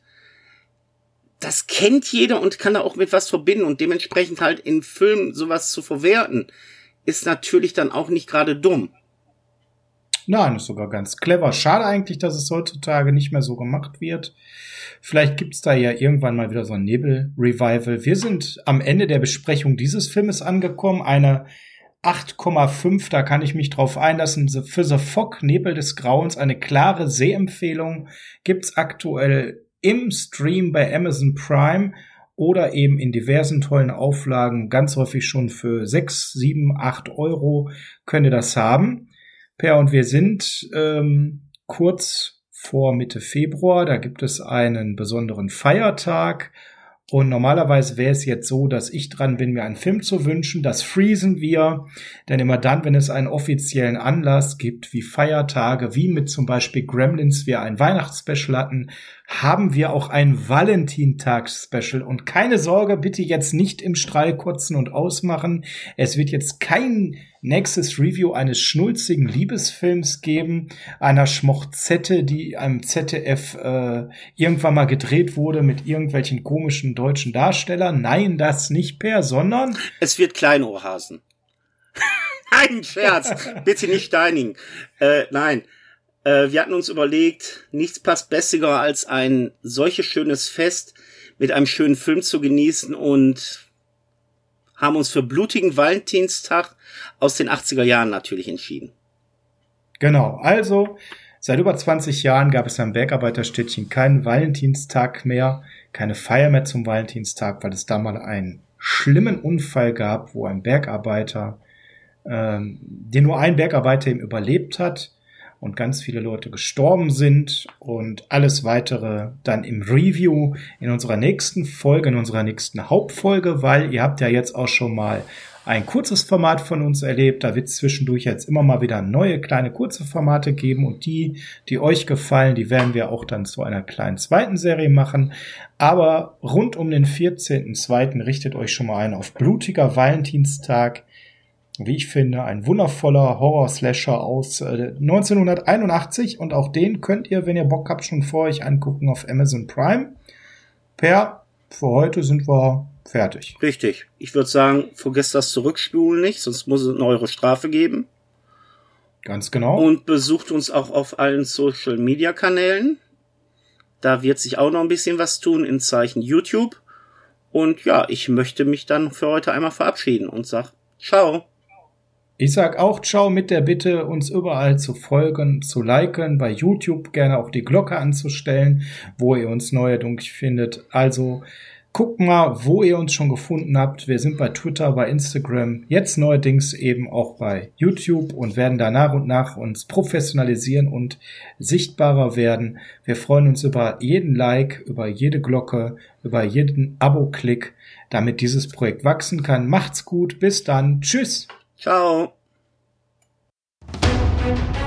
das kennt jeder und kann da auch mit was verbinden und dementsprechend halt in Filmen sowas zu verwerten, ist natürlich dann auch nicht gerade dumm. Nein, ist sogar ganz clever. Schade eigentlich, dass es heutzutage nicht mehr so gemacht wird. Vielleicht gibt's da ja irgendwann mal wieder so ein Nebel-Revival. Wir sind am Ende der Besprechung dieses Filmes angekommen. Eine acht Komma fünf, da kann ich mich drauf einlassen. Für The Fog, Nebel des Grauens, eine klare Sehempfehlung. Gibt's aktuell im Stream bei Amazon Prime oder eben in diversen tollen Auflagen. Ganz häufig schon für sechs, sieben, acht Euro könnt ihr das haben. Per, und wir sind ähm, kurz vor Mitte Februar, da gibt es einen besonderen Feiertag Und normalerweise wäre es jetzt so, dass ich dran bin, mir einen Film zu wünschen. Das freezen wir, denn immer dann, wenn es einen offiziellen Anlass gibt, wie Feiertage, wie mit zum Beispiel Gremlins, wir ein Weihnachtsspecial hatten, haben wir auch ein Valentintags-Special. Und keine Sorge, bitte jetzt nicht im Strahl kotzen und ausmachen. Es wird jetzt kein nächstes Review eines schnulzigen Liebesfilms geben, einer Schmochzette, die am Z D F äh, irgendwann mal gedreht wurde mit irgendwelchen komischen deutschen Darstellern. Nein, das nicht, Per, sondern es wird Kleinohrhasen. Ein Scherz, bitte nicht steinigen. Äh, nein, äh, wir hatten uns überlegt, nichts passt besser als ein solches schönes Fest mit einem schönen Film zu genießen und haben uns für blutigen Valentinstag aus den achtziger Jahren natürlich entschieden. Genau, also seit über zwanzig Jahren gab es am Bergarbeiterstädtchen keinen Valentinstag mehr, keine Feier mehr zum Valentinstag, weil es da mal einen schlimmen Unfall gab, wo ein Bergarbeiter, ähm, den nur ein Bergarbeiter eben überlebt hat und ganz viele Leute gestorben sind und alles weitere dann im Review in unserer nächsten Folge, in unserer nächsten Hauptfolge, weil ihr habt ja jetzt auch schon mal ein kurzes Format von uns erlebt. Da wird es zwischendurch jetzt immer mal wieder neue kleine kurze Formate geben und die, die euch gefallen, die werden wir auch dann zu einer kleinen zweiten Serie machen. Aber rund um den vierzehnten zweiten richtet euch schon mal ein auf blutiger Valentinstag. Wie ich finde, ein wundervoller Horror-Slasher aus äh, neunzehnhunderteinundachtzig und auch den könnt ihr, wenn ihr Bock habt, schon vor euch angucken auf Amazon Prime. Per, für heute sind wir fertig. Richtig. Ich würde sagen, vergesst das Zurückspulen nicht, sonst muss es eine eure Strafe geben. Ganz genau. Und besucht uns auch auf allen Social-Media-Kanälen. Da wird sich auch noch ein bisschen was tun in Zeichen YouTube. Und ja, ich möchte mich dann für heute einmal verabschieden und sag ciao. Ich sag auch ciao mit der Bitte, uns überall zu folgen, zu liken, bei YouTube gerne auch die Glocke anzustellen, wo ihr uns neuerdings findet. Also guckt mal, wo ihr uns schon gefunden habt. Wir sind bei Twitter, bei Instagram, jetzt neuerdings eben auch bei YouTube und werden da nach und nach uns professionalisieren und sichtbarer werden. Wir freuen uns über jeden Like, über jede Glocke, über jeden Abo-Klick, damit dieses Projekt wachsen kann. Macht's gut, bis dann, tschüss. Ciao.